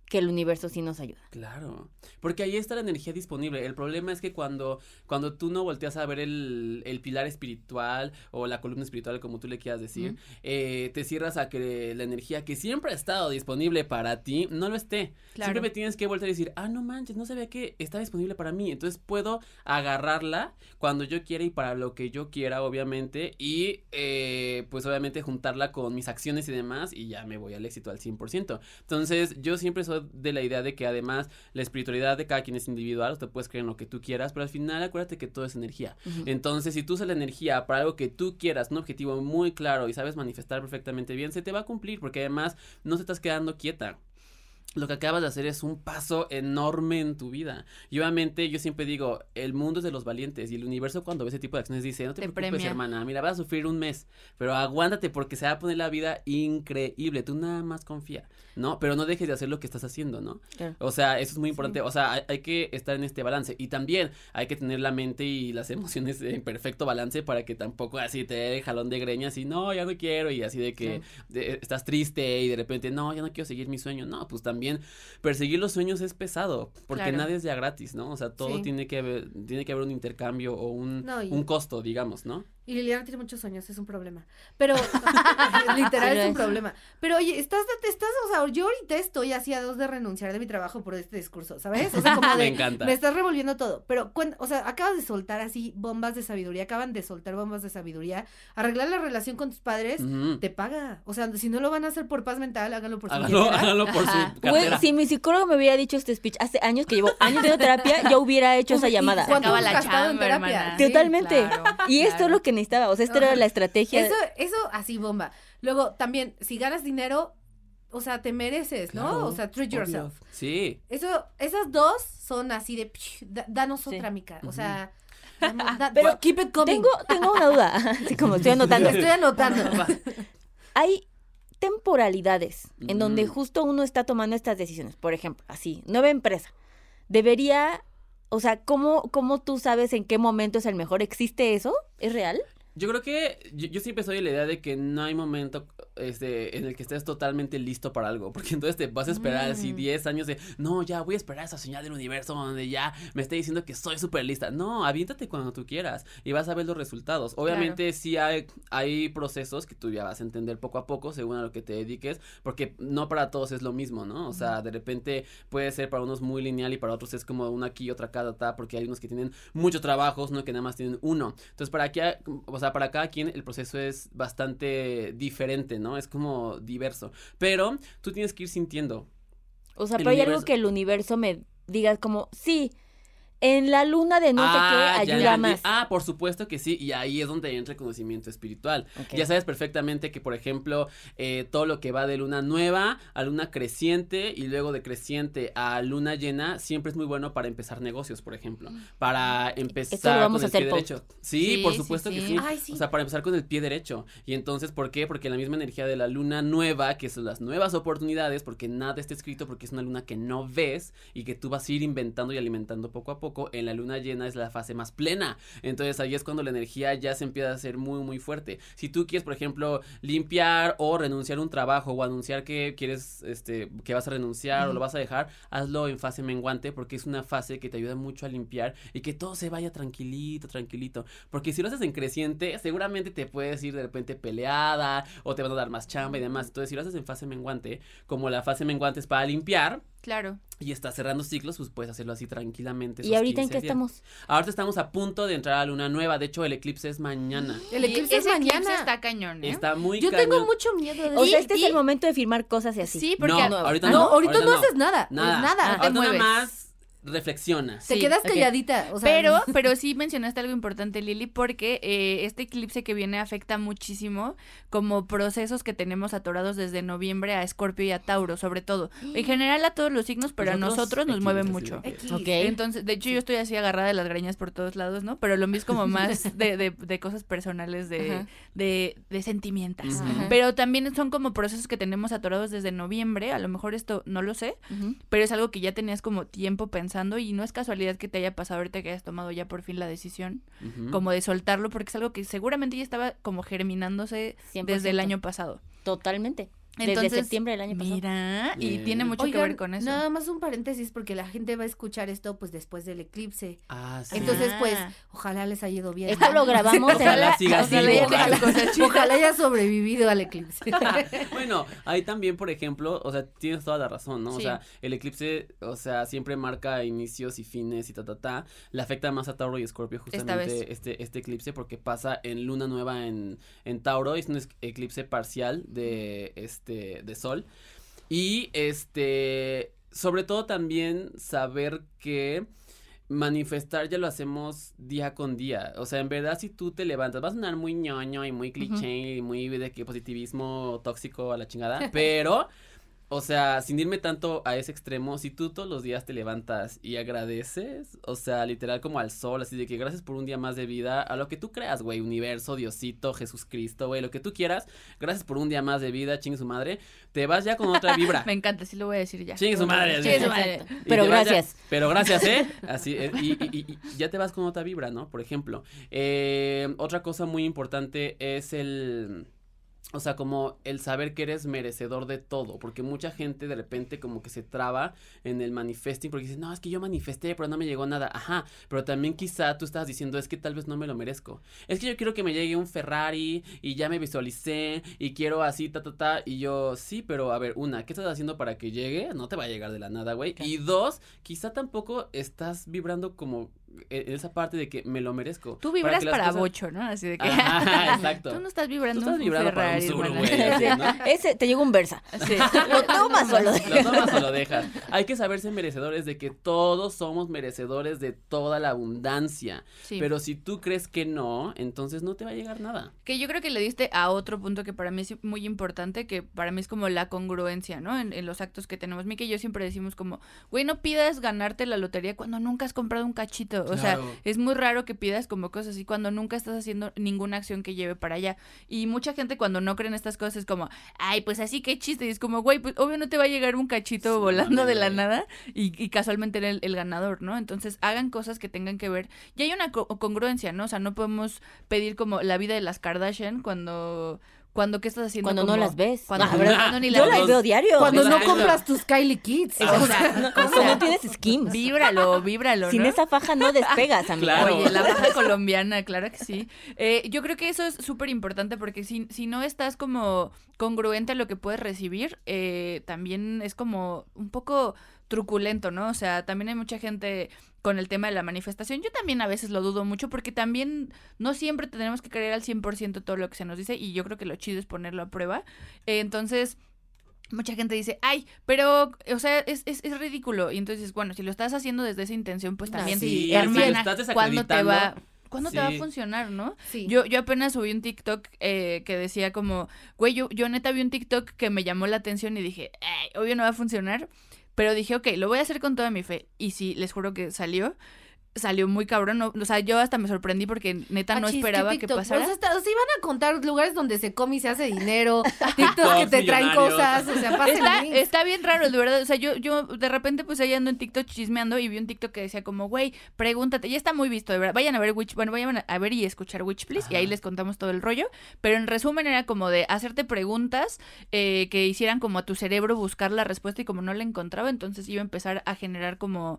que el universo sí nos ayuda. Claro, porque ahí está la energía disponible. El problema es que cuando, cuando tú no volteas a ver el, el pilar espiritual o la columna espiritual, como tú le quieras decir, uh-huh. eh, te cierras a que la energía que siempre ha estado disponible para ti no lo esté. Claro. Siempre me tienes que voltear y decir, ah, no manches, no sabía que está disponible para mí. Entonces puedo agarrarla cuando yo quiera y para lo que yo quiera, obviamente, y eh, pues obviamente juntarla con mis acciones y demás y ya me voy al éxito al cien por ciento. Entonces yo siempre soy de la idea de que además la espiritualidad de cada quien es individual, usted puedes creer en lo que tú quieras, pero al final acuérdate que todo es energía. Uh-huh. Entonces, si tú usas la energía para algo que tú quieras, un objetivo muy claro y sabes manifestar perfectamente bien, se te va a cumplir, porque además no te estás quedando quieta. Lo que acabas de hacer es un paso enorme en tu vida. Y obviamente yo siempre digo, el mundo es de los valientes y el universo cuando ve ese tipo de acciones dice, no te, te preocupes, premia. Hermana, mira, vas a sufrir un mes, pero aguántate porque se va a poner la vida increíble, tú nada más confía, ¿no? Pero no dejes de hacer lo que estás haciendo, ¿no? Claro. O sea, eso es muy importante, sí. O sea, hay, hay que estar en este balance y también hay que tener la mente y las emociones en perfecto balance para que tampoco así te dé jalón de greñas y no, ya no quiero y así de que sí. de, estás triste y de repente, no, ya no quiero seguir mi sueño, no, pues también perseguir los sueños es pesado, porque claro. Nadie es ya gratis, ¿no? O sea, todo sí. tiene que haber, tiene que haber un intercambio o un, no, y, un costo, digamos, ¿no? Y Liliana tiene muchos sueños, es un problema. Pero, literal es un problema. Pero oye, estás, estás, o sea, yo ahorita estoy así a dos de renunciar de mi trabajo por este discurso, ¿sabes? O sea, como de, me encanta. Me estás revolviendo todo. Pero, cuando, o sea, acabas de soltar así bombas de sabiduría, acaban de soltar bombas de sabiduría. Arreglar la relación con tus padres, uh-huh. te paga. O sea, si no lo van a hacer por paz mental, háganlo por su Háganlo, háganlo por Ajá. su cartera. Güey, si mi psicólogo me hubiera dicho este speech hace años, que llevo años de terapia, yo hubiera hecho esa llamada. Se acaba la chamba, en terapia. Totalmente. Sí, claro, y esto claro. es lo que necesitaba, o sea, esta era la estrategia. Eso, eso así bomba. Luego, también, si ganas dinero, o sea, te mereces, ¿no? Claro, o sea, treat yourself. Sí. Eso, esas dos son así de, psh, da, danos sí. otra, mica. O sea, da, da, pero keep it coming. Tengo, tengo una duda, así como estoy anotando. Estoy anotando. Hay temporalidades mm. en donde justo uno está tomando estas decisiones. Por ejemplo, así, nueva empresa. Debería, o sea, ¿cómo, cómo tú sabes en qué momento es el mejor? ¿Existe eso? ¿Es real? Yo creo que yo, yo siempre soy de la idea de que no hay momento este en el que estés totalmente listo para algo, porque entonces te vas a esperar mm. así diez años de, no, ya voy a esperar esa señal del universo donde ya me esté diciendo que soy súper lista. No, aviéntate cuando tú quieras y vas a ver los resultados. Obviamente claro. sí hay, hay procesos que tú ya vas a entender poco a poco según a lo que te dediques, porque no para todos es lo mismo, ¿no? O mm. sea, de repente puede ser para unos muy lineal y para otros es como una aquí y otra acá, ta, porque hay unos que tienen muchos trabajos, no que nada más tienen uno. Entonces, para aquí, o sea, para cada quien el proceso es bastante diferente, ¿no? Es como diverso. Pero tú tienes que ir sintiendo. O sea, pero hay universo... algo que el universo me diga como, sí, en la luna de no ah, sé qué ayuda ya, ya, más. Ah, por supuesto que sí, y ahí es donde entra el conocimiento espiritual. Okay. Ya sabes perfectamente que, por ejemplo, eh, todo lo que va de luna nueva a luna creciente y luego de creciente a luna llena siempre es muy bueno para empezar negocios, por ejemplo. Para empezar Esto lo vamos con a el hacer pie post. derecho. Sí, sí, por supuesto sí, sí. que sí. Ay, sí. O sea, para empezar con el pie derecho. Y entonces, ¿por qué? Porque la misma energía de la luna nueva, que son las nuevas oportunidades, porque nada está escrito, porque es una luna que no ves y que tú vas a ir inventando y alimentando poco a poco. En la luna llena es la fase más plena, entonces ahí es cuando la energía ya se empieza a hacer muy muy fuerte. Si tú quieres, por ejemplo, limpiar o renunciar a un trabajo o anunciar que quieres, este, que vas a renunciar mm. o lo vas a dejar, hazlo en fase menguante porque es una fase que te ayuda mucho a limpiar y que todo se vaya tranquilito, tranquilito, porque si lo haces en creciente, seguramente te puedes ir de repente peleada o te van a dar más chamba y demás. Entonces si lo haces en fase menguante, como la fase menguante es para limpiar, claro, y estás cerrando ciclos, pues puedes hacerlo así tranquilamente. ¿Y ahorita en qué días. estamos? Ahorita estamos a punto de entrar a luna nueva. De hecho, el eclipse es mañana. El eclipse es mañana. Eclipse está cañón, ¿eh? Está muy Yo cañón. tengo mucho miedo de eso. O sea, este y, es el momento de firmar cosas y así. Sí, porque no, no, ahorita no, no, ahorita, ahorita no, no haces nada. Nada. Nada. No te ahorita mueves. nada más reflexionas. Te sí, quedas okay. calladita. O sea, pero, pero sí mencionaste algo importante, Lili, porque eh, este eclipse que viene afecta muchísimo como procesos que tenemos atorados desde noviembre a Escorpio y a Tauro, sobre todo. En general a todos los signos, pero nosotros, a nosotros nos mueve mucho. Okay. Entonces, de hecho, yo estoy así agarrada de las greñas por todos lados, ¿no? Pero lo mío es como más de, de, de cosas personales, de, de, de sentimientos. Uh-huh. Pero también son como procesos que tenemos atorados desde noviembre. A lo mejor esto no lo sé, uh-huh. pero es algo que ya tenías como tiempo pensando. Y no es casualidad que te haya pasado ahorita que hayas tomado ya por fin la decisión uh-huh. como de soltarlo, porque es algo que seguramente ya estaba como germinándose cien por ciento desde el año pasado. Totalmente. Entonces, desde septiembre del año pasado. Mira, y Bien. tiene mucho Oigan, que ver con eso. Nada más un paréntesis porque la gente va a escuchar esto pues después del eclipse. Ah, sí. Entonces, Ah. pues, ojalá les haya ido bien. Esto lo grabamos en Ojalá la... siga así, ojalá- ojalá. Ojalá, ojalá haya sobrevivido al eclipse. Bueno, ahí también, por ejemplo, o sea, tienes toda la razón, ¿no? O Sí. sea, el eclipse, o sea, siempre marca inicios y fines y ta, ta, ta. Le afecta más a Tauro y Escorpio Esta justamente vez. este este eclipse porque pasa en luna nueva en, en Tauro, es un es- eclipse parcial de, este, de sol. Y, este, sobre todo también saber que manifestar ya lo hacemos día con día, o sea, en verdad si tú te levantas, vas a sonar muy ñoño y muy cliché y muy de que positivismo tóxico a la chingada, pero, o sea, sin irme tanto a ese extremo, si tú todos los días te levantas y agradeces, o sea, literal como al sol, así de que gracias por un día más de vida, a lo que tú creas, güey, universo, Diosito, Jesucristo, güey, lo que tú quieras, gracias por un día más de vida, chingue su madre, te vas ya con otra vibra. Me encanta, sí lo voy a decir ya. Chingue su madre. Chingue su así. madre. Exacto. Y Pero te vas ya- gracias. pero gracias, ¿eh? Así, eh, y, y- y- y ya te vas con otra vibra, ¿no? Por ejemplo, eh, otra cosa muy importante es el... O sea, como el saber que eres merecedor de todo, porque mucha gente de repente como que se traba en el manifesting porque dice, no, es que yo manifesté, pero no me llegó nada. Ajá, pero también quizá tú estás diciendo, es que tal vez no me lo merezco. Es que yo quiero que me llegue un Ferrari y ya me visualicé y quiero así, ta, ta, ta. Y yo, sí, pero a ver, una, ¿qué estás haciendo para que llegue? No te va a llegar de la nada, güey. Y dos, quizá tampoco estás vibrando como en esa parte de que me lo merezco. Tú vibras que las para cosas- bocho, ¿no? Así de que... Ajá, exacto. Tú no estás vibrando Tú estás un vibrando para un Ferrari, Zuru, hermana. güey, así, ¿no? Ese, te llegó un Versa. Sí. Lo tomas o lo Lo dejas. tomas o lo dejas. Hay que saberse merecedores de que todos somos merecedores de toda la abundancia. Sí. Pero si tú crees que no, entonces no te va a llegar nada. Que yo creo que le diste a otro punto que para mí es muy importante, que para mí es como la congruencia, ¿no? En, en los actos que tenemos. Mika y yo siempre decimos como, güey, no pidas ganarte la lotería cuando nunca has comprado un cachito. O sea, Claro. es muy raro que pidas como cosas así cuando nunca estás haciendo ninguna acción que lleve para allá. Y mucha gente cuando no cree en estas cosas es como, ay, pues así qué chiste. Y es como, güey, pues obvio no te va a llegar un cachito Sí, volando no, de la güey. nada y, y casualmente era el, el ganador, ¿no? Entonces hagan cosas que tengan que ver. Y hay una co- congruencia, ¿no? O sea, no podemos pedir como la vida de las Kardashian cuando... Cuando, ¿qué estás haciendo? Cuando no como- las ves. Cuando, Ah, ¿verdad? cuando ni Yo las las ves. veo diario. Cuando O sea, no eso- compras tus Kylie Kids. O sea, Cuando no tienes skims. Víbralo, víbralo, Sin ¿no? esa faja no despegas, amiga. Claro. Oye, la baja colombiana, claro que sí. Eh, yo creo que eso es súper importante porque si, si no estás como congruente a lo que puedes recibir, eh, también es como un poco truculento, ¿no? O sea, también hay mucha gente con el tema de la manifestación. Yo también a veces lo dudo mucho porque también no siempre tenemos que creer al cien por ciento todo lo que se nos dice y yo creo que lo chido es ponerlo a prueba. Eh, entonces... Mucha gente dice, ay, pero, o sea, es, es, es ridículo. Y entonces, bueno, si lo estás haciendo desde esa intención, pues también, Sí, sí, si lo hermana, estás ¿cuándo te va, desacreditando, ¿cuándo te va a sí. funcionar, no? Sí. Yo, yo apenas subí un TikTok eh, que decía como, güey, yo, yo neta vi un TikTok que me llamó la atención y dije, ay, obvio no va a funcionar. Pero dije, ok, lo voy a hacer con toda mi fe. Y sí, les juro que salió. Salió muy cabrón, no, o sea, yo hasta me sorprendí porque neta no Achis, ¿qué esperaba que TikTok? pasara. Pues hasta, o sea, iban a contar lugares donde se come y se hace dinero, TikToks que te traen millonarios. cosas, o sea, pasen Está, links. está bien raro, de verdad. O sea, yo, yo de repente pues ahí ando en TikTok chismeando y vi un TikTok que decía como, güey, pregúntate. Ya está muy visto, de verdad. Vayan a ver Witch, bueno, vayan a ver y escuchar Witch Please y ahí les contamos todo el rollo. Pero en resumen era como de hacerte preguntas eh, que hicieran como a tu cerebro buscar la respuesta y como no la encontraba, entonces iba a empezar a generar como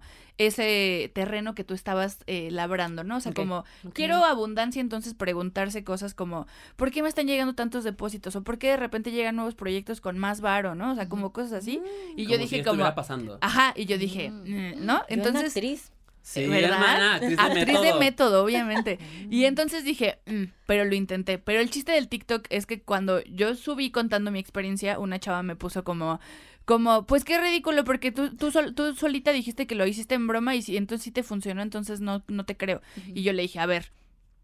ese terreno que tú estabas eh, labrando, ¿no? O sea, Ok, como ok. quiero abundancia, entonces preguntarse cosas como ¿por qué me están llegando tantos depósitos? O ¿por qué de repente llegan nuevos proyectos con más varo, ¿no? O sea, como cosas así. Y yo Como dije si como, estuviera pasando. ajá, y yo dije, mm, ¿no? Yo una Entonces, actriz. Sí, ¿verdad? hermana, actriz de método. de método, obviamente. Y entonces dije, mm, pero lo intenté. Pero el chiste del TikTok es que cuando yo subí contando mi experiencia, una chava me puso como, como, pues qué ridículo, porque tú, tú, sol- tú solita dijiste que lo hiciste en broma y si, entonces sí te funcionó, entonces no, no te creo. Y yo le dije, a ver,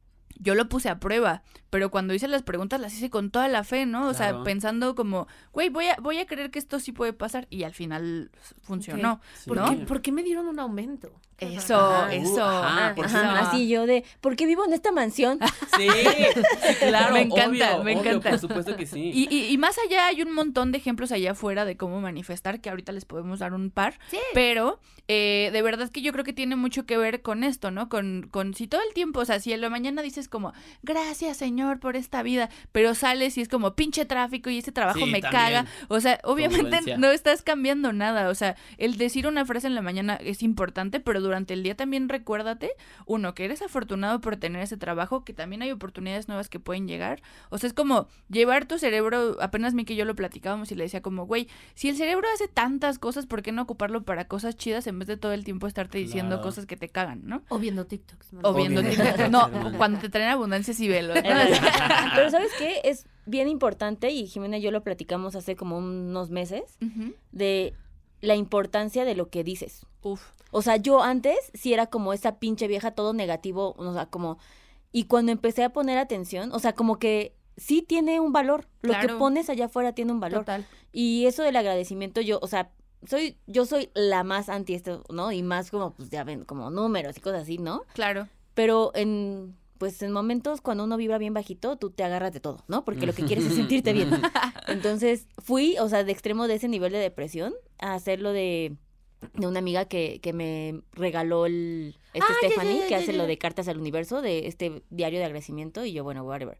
yo lo puse a prueba, pero cuando hice las preguntas las hice con toda la fe, ¿no? O sea, Claro. pensando como, güey, voy a, voy a creer que esto sí puede pasar y al final funcionó. Sí. ¿Por, ¿no? qué, por qué me dieron un aumento? Eso, Ajá. eso. Uh, ajá, por Ajá, eso. así yo de, ¿por qué vivo en esta mansión? Sí, sí, claro, Me encanta, obvio, me obvio, encanta. por supuesto que sí. Y, y, y más allá hay un montón de ejemplos allá afuera de cómo manifestar, que ahorita les podemos dar un par, Sí. pero eh, de verdad que yo creo que tiene mucho que ver con esto, ¿no? Con, con si todo el tiempo, o sea, si en la mañana dices como, gracias Señor por esta vida, pero sales y es como pinche tráfico y ese trabajo Sí, me también. caga, o sea, obviamente Congruencia. no estás cambiando nada, o sea, el decir una frase en la mañana es importante, pero durante el día también recuérdate, uno, que eres afortunado por tener ese trabajo, que también hay oportunidades nuevas que pueden llegar, o sea, es como llevar tu cerebro, apenas Miki y yo lo platicábamos y le decía como, güey, si el cerebro hace tantas cosas, ¿por qué no ocuparlo para cosas chidas en vez de todo el tiempo estarte diciendo Claro. cosas que te cagan, ¿no? O viendo TikToks. ¿no? O viendo viendo TikTok. TikToks, No, hermano. cuando te traen abundancia sí velo. Pero ¿sabes qué? Es bien importante, y Jimena y yo lo platicamos hace como unos meses, Ujú. de la importancia de lo que dices. Uf. O sea, yo antes sí era como esa pinche vieja, todo negativo, o sea, como... Y cuando empecé a poner atención, o sea, como que sí tiene un valor. Lo que Claro. pones allá afuera tiene un valor. Total. Y eso del agradecimiento, yo, o sea, soy, yo soy la más anti esto, ¿no? Y más como, pues ya ven, como números y cosas así, ¿no? Claro. Pero en, pues en momentos cuando uno vibra bien bajito, tú te agarras de todo, ¿no? Porque lo que quieres es sentirte bien. Entonces fui, o sea, de extremo de ese nivel de depresión a hacerlo de, de una amiga que, que me regaló el, este Ah, ya, Stephanie, ya, ya, que ya, hace ya. lo de cartas al universo, de este diario de agradecimiento, y yo, bueno, whatever.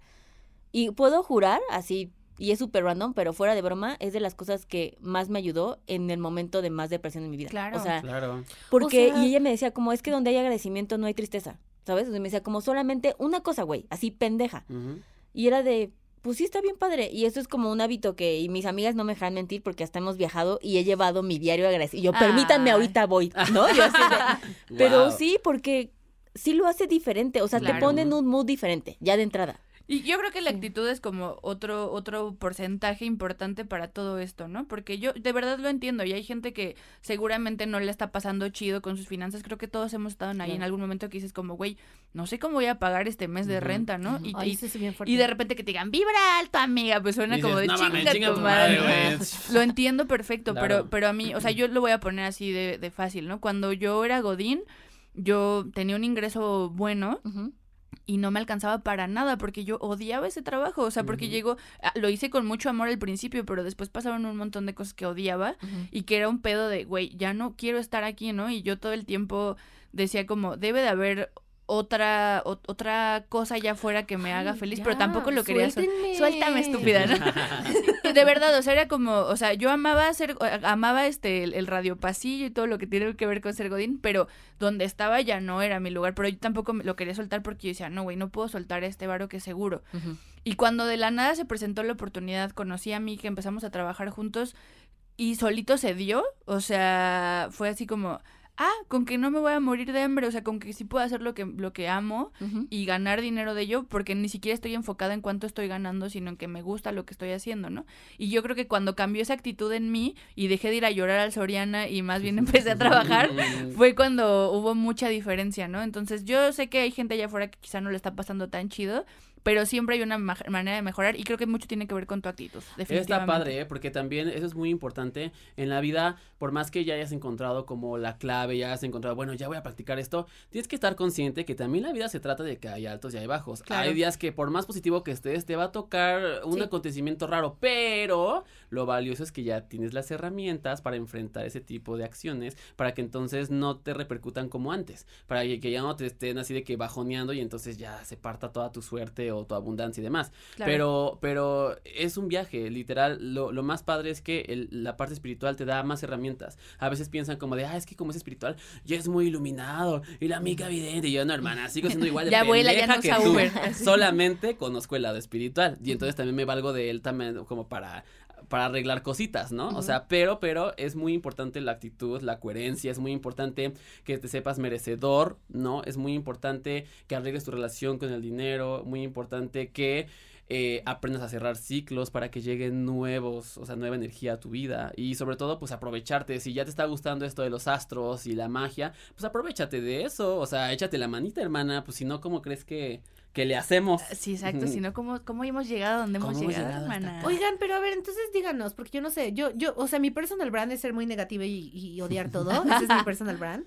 Y puedo jurar, así, y es súper random, pero fuera de broma, es de las cosas que más me ayudó en el momento de más depresión en mi vida. Claro. O sea, Claro. porque, O sea- y ella me decía, como, es que donde hay agradecimiento no hay tristeza, ¿sabes? O sea, me decía, como, solamente una cosa, güey, así pendeja. Ujú. Y era de, pues sí, está bien padre. Y eso es como un hábito que, y mis amigas no me dejan mentir porque hasta hemos viajado y he llevado mi diario de agradecimiento. Y yo, permítanme, Ay. ahorita voy, ¿no? Yo así de, pero Wow. sí, porque sí lo hace diferente, o sea, te Claro. pone en un mood diferente, ya de entrada. Y yo creo que la actitud es como otro otro porcentaje importante para todo esto, ¿no? Porque yo de verdad lo entiendo y hay gente que seguramente no le está pasando chido con sus finanzas. Creo que todos hemos estado ahí Claro. en algún momento que dices como, güey, no sé cómo voy a pagar este mes de Ujú. renta, ¿no? Y, Ay, y, eso es bien fuerte. y de repente que te digan, vibra alto, amiga, pues suena Dices, como de "No mames, chinga, chinga tu tu madre". madre, güey. Lo entiendo perfecto, Claro. pero, pero a mí, o sea, yo lo voy a poner así de, de fácil, ¿no? Cuando yo era godín, yo tenía un ingreso bueno Ujú. y no me alcanzaba para nada porque yo odiaba ese trabajo, o sea, porque Ujú. llegó, ah, lo hice con mucho amor al principio, pero después pasaron un montón de cosas que odiaba Ujú. y que era un pedo de, güey, ya no quiero estar aquí, ¿no? Y yo todo el tiempo decía como, debe de haber otra o- otra cosa allá afuera que me haga Ay, feliz, ya, pero tampoco lo quería sol- suéltenme. Suéltame, estúpida, ¿no? De verdad, o sea, era como, o sea, yo amaba hacer, amaba este, el, el radio pasillo y todo lo que tiene que ver con ser godín, pero donde estaba ya no era mi lugar, pero yo tampoco me lo quería soltar porque yo decía, no, güey, no puedo soltar a este varo que es seguro. Ujú. Y cuando de la nada se presentó la oportunidad, conocí a mí, que empezamos a trabajar juntos y solito se dio, o sea, fue así como, ah, con que no me voy a morir de hambre, o sea, con que sí puedo hacer lo que, lo que amo Ujú. y ganar dinero de ello, porque ni siquiera estoy enfocada en cuánto estoy ganando, sino en que me gusta lo que estoy haciendo, ¿no? Y yo creo que cuando cambió esa actitud en mí y dejé de ir a llorar al Soriana y más bien empecé a trabajar, fue cuando hubo mucha diferencia, ¿no? Entonces yo sé que hay gente allá afuera que quizá no le está pasando tan chido, pero siempre hay una ma- manera de mejorar y creo que mucho tiene que ver con tu actitud, definitivamente. Está padre, ¿eh? Porque también eso es muy importante en la vida, por más que ya hayas encontrado como la clave, ya hayas encontrado, bueno, ya voy a practicar esto, tienes que estar consciente que también la vida se trata de que hay altos y hay bajos. Claro. Hay días que por más positivo que estés, te va a tocar un Sí. acontecimiento raro, pero lo valioso es que ya tienes las herramientas para enfrentar ese tipo de acciones, para que entonces no te repercutan como antes, para que que ya no te estén así de que bajoneando y entonces ya se parta toda tu suerte o tu abundancia y demás. Claro. Pero, pero es un viaje, literal. Lo, lo más padre es que el- la parte espiritual te da más herramientas. A veces piensan como de, ah, es que como es espiritual, ya es muy iluminado y la amiga vidente. Y yo, no, hermana, sigo siendo igual de Ya vuela, ya pendeja no que usa tú. Uber. Solamente conozco el lado espiritual. Y entonces también me valgo de él también como para para arreglar cositas, ¿no? O sea, pero, pero es muy importante la actitud, la coherencia, es muy importante que te sepas merecedor, ¿no? Es muy importante que arregles tu relación con el dinero, muy importante que eh, aprendas a cerrar ciclos para que lleguen nuevos, o sea, nueva energía a tu vida y sobre todo, pues aprovecharte, si ya te está gustando esto de los astros y la magia, pues aprovechate de eso, o sea, échate la manita, hermana, pues si no, ¿cómo crees que, que le hacemos? Sí, exacto, si no, ¿cómo, ¿cómo hemos llegado a donde hemos ¿Cómo hemos llegado, llegado hasta hermana? acá? Oigan, pero a ver, entonces díganos, porque yo no sé, yo, yo, o sea, mi personal brand es ser muy negativa y, y odiar todo, ese es mi personal brand.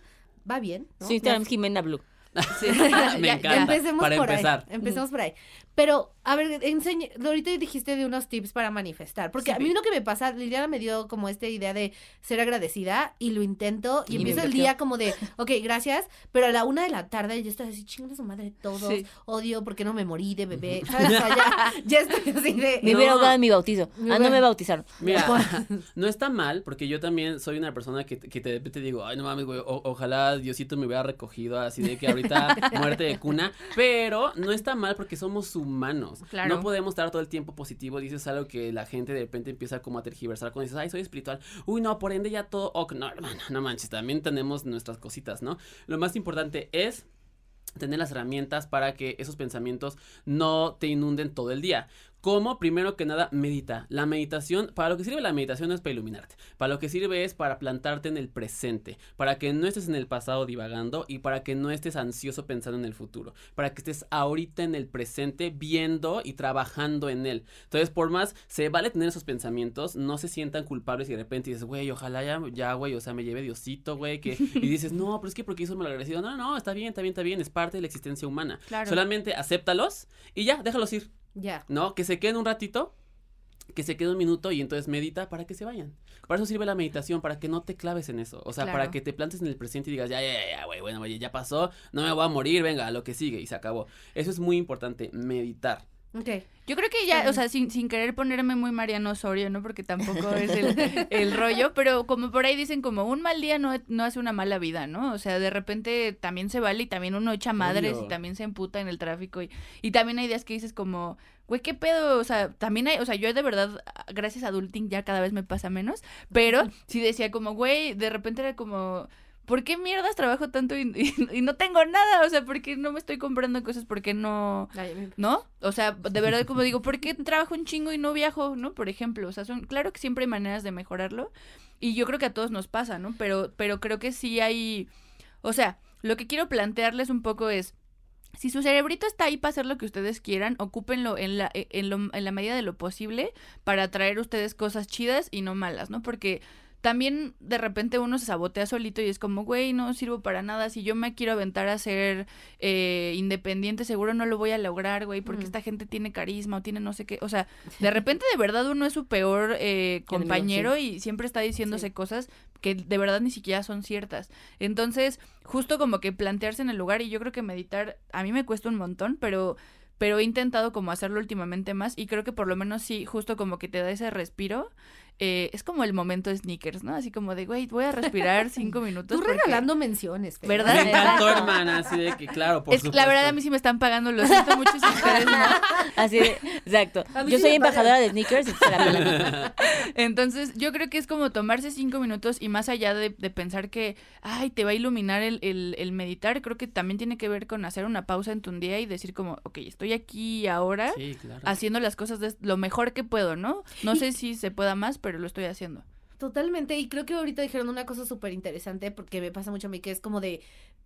va bien, ¿no? Su Instagram es Jimena Blue. Sí. Me Ya- ya encanta. Empecemos para por empezar. ahí. Empecemos por ahí. Pero, a ver, enseña, ahorita dijiste de unos tips para manifestar. Porque Sí. a mí lo que me pasa, Liliana me dio como esta idea de ser agradecida y lo intento y Y me empiezo el bloqueó. día como de, ok, gracias, pero a la una de la tarde ya estás así, chinga su madre todos, Sí. odio porque no me morí de bebé. ¿Sabes? O sea, ya, ya estoy así de... Me No. hubiera ahogado en mi bautizo. Me Ah, no hubiera- me bautizaron. Mira, no está mal, porque yo también soy una persona que, que te, te digo, ay, no mames, güey, o- ojalá Diosito me hubiera recogido así de que ahorita muerte de cuna, pero no está mal porque somos humanos. Claro. No podemos estar todo el tiempo positivo, dices algo que la gente de repente empieza como a tergiversar cuando dices, ay, soy espiritual, uy, no, por ende ya todo, ok, no, hermano, no manches, también tenemos nuestras cositas, ¿no? Lo más importante es tener las herramientas para que esos pensamientos no te inunden todo el día. Como, primero que nada, medita. La meditación, para lo que sirve la meditación no es para iluminarte. Para lo que sirve es para plantarte en el presente. Para que no estés en el pasado divagando y para que no estés ansioso pensando en el futuro. Para que estés ahorita en el presente viendo y trabajando en él. Entonces, por más se vale tener esos pensamientos, no se sientan culpables y de repente dices, güey, ojalá ya, ya, güey, o sea, me lleve Diosito, güey, que... Y dices, no, pero es que porque hizo mal agradecido. No, no, está bien, está bien, está bien, es parte de la existencia humana. Claro. Solamente acéptalos y ya, déjalos ir. Ya. ¿No? Que se queden un ratito, que se quede un minuto y entonces medita para que se vayan. Para eso sirve la meditación, para que no te claves en eso. O sea, Claro. para que te plantes en el presente y digas, ya, ya, ya, güey, bueno, oye, ya pasó, no me voy a morir, venga, lo que sigue y se acabó. Eso es muy importante, meditar. Ok. Yo creo que ya, o sea, sin, sin querer ponerme muy Mariano Osorio, ¿no? Porque tampoco es el, el rollo, pero como por ahí dicen, como un mal día no, no hace una mala vida, ¿no? O sea, de repente también se vale y también uno echa madres Obvio. y también se emputa en el tráfico y, y también hay días que dices como, güey, ¿qué pedo? O sea, también hay, o sea, yo de verdad, gracias a Adulting ya cada vez me pasa menos, pero sí decía como, güey, de repente era como... ¿Por qué mierdas trabajo tanto y, y, y no tengo nada? O sea, ¿por qué no me estoy comprando cosas? ¿Por qué no...? Ay, me- ¿No? O sea, de verdad, como digo, ¿por qué trabajo un chingo y no viajo? ¿No? Por ejemplo, o sea, son, claro que siempre hay maneras de mejorarlo y yo creo que a todos nos pasa, ¿no? Pero, pero creo que sí hay, o sea, lo que quiero plantearles un poco es, si su cerebrito está ahí para hacer lo que ustedes quieran, ocúpenlo en la, en lo, en la medida de lo posible para traer ustedes cosas chidas y no malas, ¿no? Porque... También de repente uno se sabotea solito y es como, güey, no sirvo para nada. Si yo me quiero aventar a ser eh, independiente, seguro no lo voy a lograr, güey, porque Mm. esta gente tiene carisma o tiene no sé qué. O sea, de repente de verdad uno es su peor eh, compañero y siempre está diciéndose Sí. cosas que de verdad ni siquiera son ciertas. Entonces, justo como que plantearse en el lugar y yo creo que meditar a mí me cuesta un montón, pero... pero he intentado como hacerlo últimamente más y creo que por lo menos sí, justo como que te da ese respiro, eh, es como el momento Snickers, ¿no? Así como de, güey, voy a respirar cinco minutos. Tú porque- regalando menciones. Fer. ¿Verdad? Me encantó, hermana, así de que, claro, por Es que supuesto. la verdad a mí sí me están pagando, lo siento mucho si ustedes no. Así de, exacto. A mí Yo sí soy me embajadora pagan. de sneakers y se la pelan. Entonces, yo creo que es como tomarse cinco minutos y más allá de, de pensar que, ay, te va a iluminar el, el, el meditar, creo que también tiene que ver con hacer una pausa en tu día y decir como, ok, estoy aquí ahora Sí, claro. haciendo las cosas de lo mejor que puedo, ¿no? No sé si se pueda más, pero lo estoy haciendo. Totalmente, y creo que ahorita dijeron una cosa súper interesante porque me pasa mucho a mí, que es como de,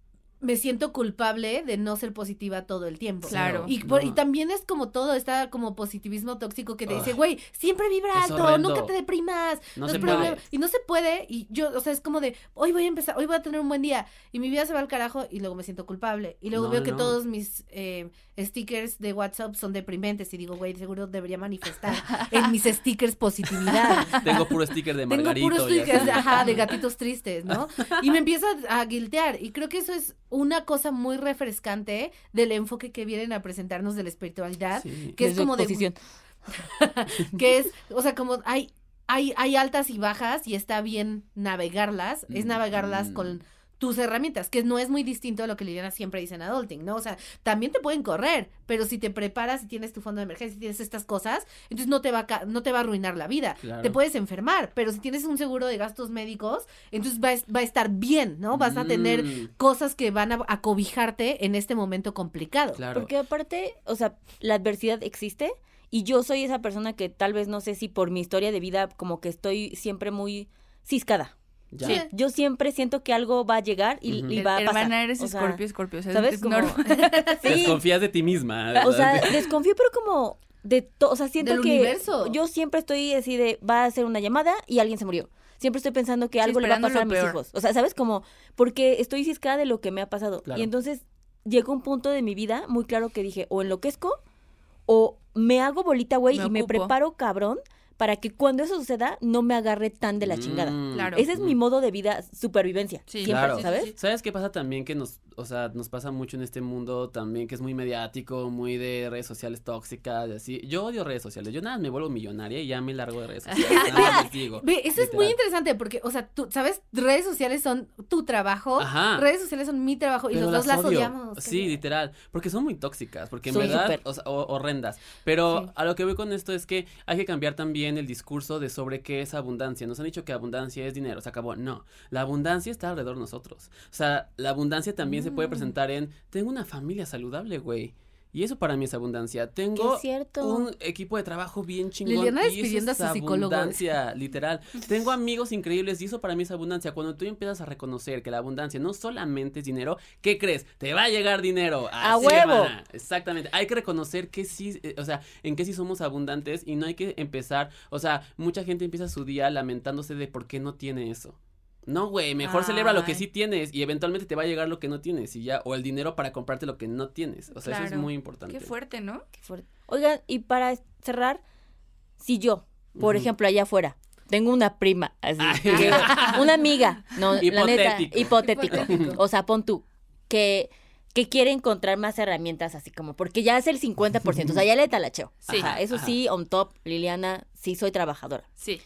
me siento culpable de no ser positiva todo el tiempo. Claro. Y, por- No. y también es como todo, está como positivismo tóxico que te dice, Ugh. güey, siempre vibra Es alto, horrendo. nunca te deprimas. No los se problemas- puede. Y no se puede, y yo, o sea, es como de, hoy voy a empezar, hoy voy a tener un buen día, y mi vida se va al carajo, y luego me siento culpable. Y luego No, veo no, que no. todos mis eh, stickers de WhatsApp son deprimentes, y digo, güey, seguro debería manifestar en mis stickers positividad. Tengo puro sticker de Tengo Margarito. puros y stickers así. ajá, de gatitos tristes, ¿no? Y me empieza a guiltear. Y creo que eso es una cosa muy refrescante del enfoque que vienen a presentarnos de la espiritualidad. Sí. Que es Desde como de- exposición. Que es, o sea, como hay, hay, hay altas y bajas y está bien navegarlas. Es navegarlas Mm. con tus herramientas, que no es muy distinto a lo que Liliana siempre dice en Adulting, ¿no? O sea, también te pueden correr, pero si te preparas y tienes tu fondo de emergencia y tienes estas cosas, entonces no te va a, ca- no te va a arruinar la vida. Claro. Te puedes enfermar, pero si tienes un seguro de gastos médicos, entonces va a, es- va a estar bien, ¿no? Vas a tener Mm, cosas que van a, a cobijarte en este momento complicado. Claro. Porque aparte, o sea, la adversidad existe y yo soy esa persona que tal vez no sé si por mi historia de vida como que estoy siempre muy ciscada. Ya. Sí. Yo siempre siento que algo va a llegar y, Ujú. y va a pasar. Hermana, eres O sea, Scorpio, Scorpio. O sea, ¿sabes? es Como- normal. Sí, Desconfías de ti misma. o sea, desconfío, pero como de todo, o sea, siento Del que universo. yo siempre estoy así de, va a hacer una llamada y alguien se murió. siempre estoy pensando que algo Sí, le va a pasar a esperando mis lo hijos. O sea, ¿sabes? Como, porque estoy ciscada de lo que me ha pasado. Claro. Y entonces llegó un punto de mi vida muy claro que dije, o enloquezco, o me hago bolita, güey, Me y me ocupo. preparo cabrón para que cuando eso suceda no me agarre tan de la chingada. Mm, Claro. Ese es mi modo de vida, supervivencia. Sí, siempre, claro. ¿sabes? Sí, sí, sí. ¿Sabes qué pasa también? Que nos, o sea, nos pasa mucho en este mundo también que es muy mediático, muy de redes sociales tóxicas y así. Yo odio redes sociales. Yo nada más me vuelvo millonaria y ya me largo de redes sociales. Nada más les digo. Ve, eso es muy literal. interesante porque, o sea, tú, ¿sabes? Redes sociales son tu trabajo, Ajá. redes sociales son mi trabajo y Pero los dos las odio. odiamos. Sí, literal. Porque son muy tóxicas, porque en Son verdad, súper. o sea, ho- horrendas. Pero Sí. a lo que voy con esto es que hay que cambiar también el discurso de sobre qué es abundancia. Nos han dicho que abundancia es dinero, se acabó. No, la abundancia está alrededor de nosotros. O sea, la abundancia también se puede Mm. presentar en, tengo una familia saludable, güey. Y eso para mí es abundancia. Que Tengo es cierto. un equipo de trabajo bien chingón. Liliana y eso despidiendo es a su psicólogo. abundancia, literal. Tengo amigos increíbles y eso para mí es abundancia. Cuando tú empiezas a reconocer que la abundancia no solamente es dinero, ¿qué crees? Te va a llegar dinero. ¡A Así, huevo! hermana. Exactamente. Hay que reconocer que sí, eh, o sea, en qué sí somos abundantes y no hay que empezar, o sea, mucha gente empieza su día lamentándose de por qué no tiene eso. No, güey, mejor celebra lo que Ay. sí tienes y eventualmente te va a llegar lo que no tienes y ya, o el dinero para comprarte lo que no tienes. O sea, eso es Claro. muy importante. Qué fuerte, ¿no? Qué fuerte. Oigan, y para cerrar, si yo, por Ujú. ejemplo, allá afuera, tengo una prima, así, Ay. que- una amiga, no, la neta, Hipotético. hipotético. Hipotético. O sea, pon tú, que, que quiere encontrar más herramientas así como, porque ya es el cincuenta por ciento, o sea, ya le talacheo. Sí. Ajá, eso Ajá. sí, on top, Liliana, sí soy trabajadora. Sí.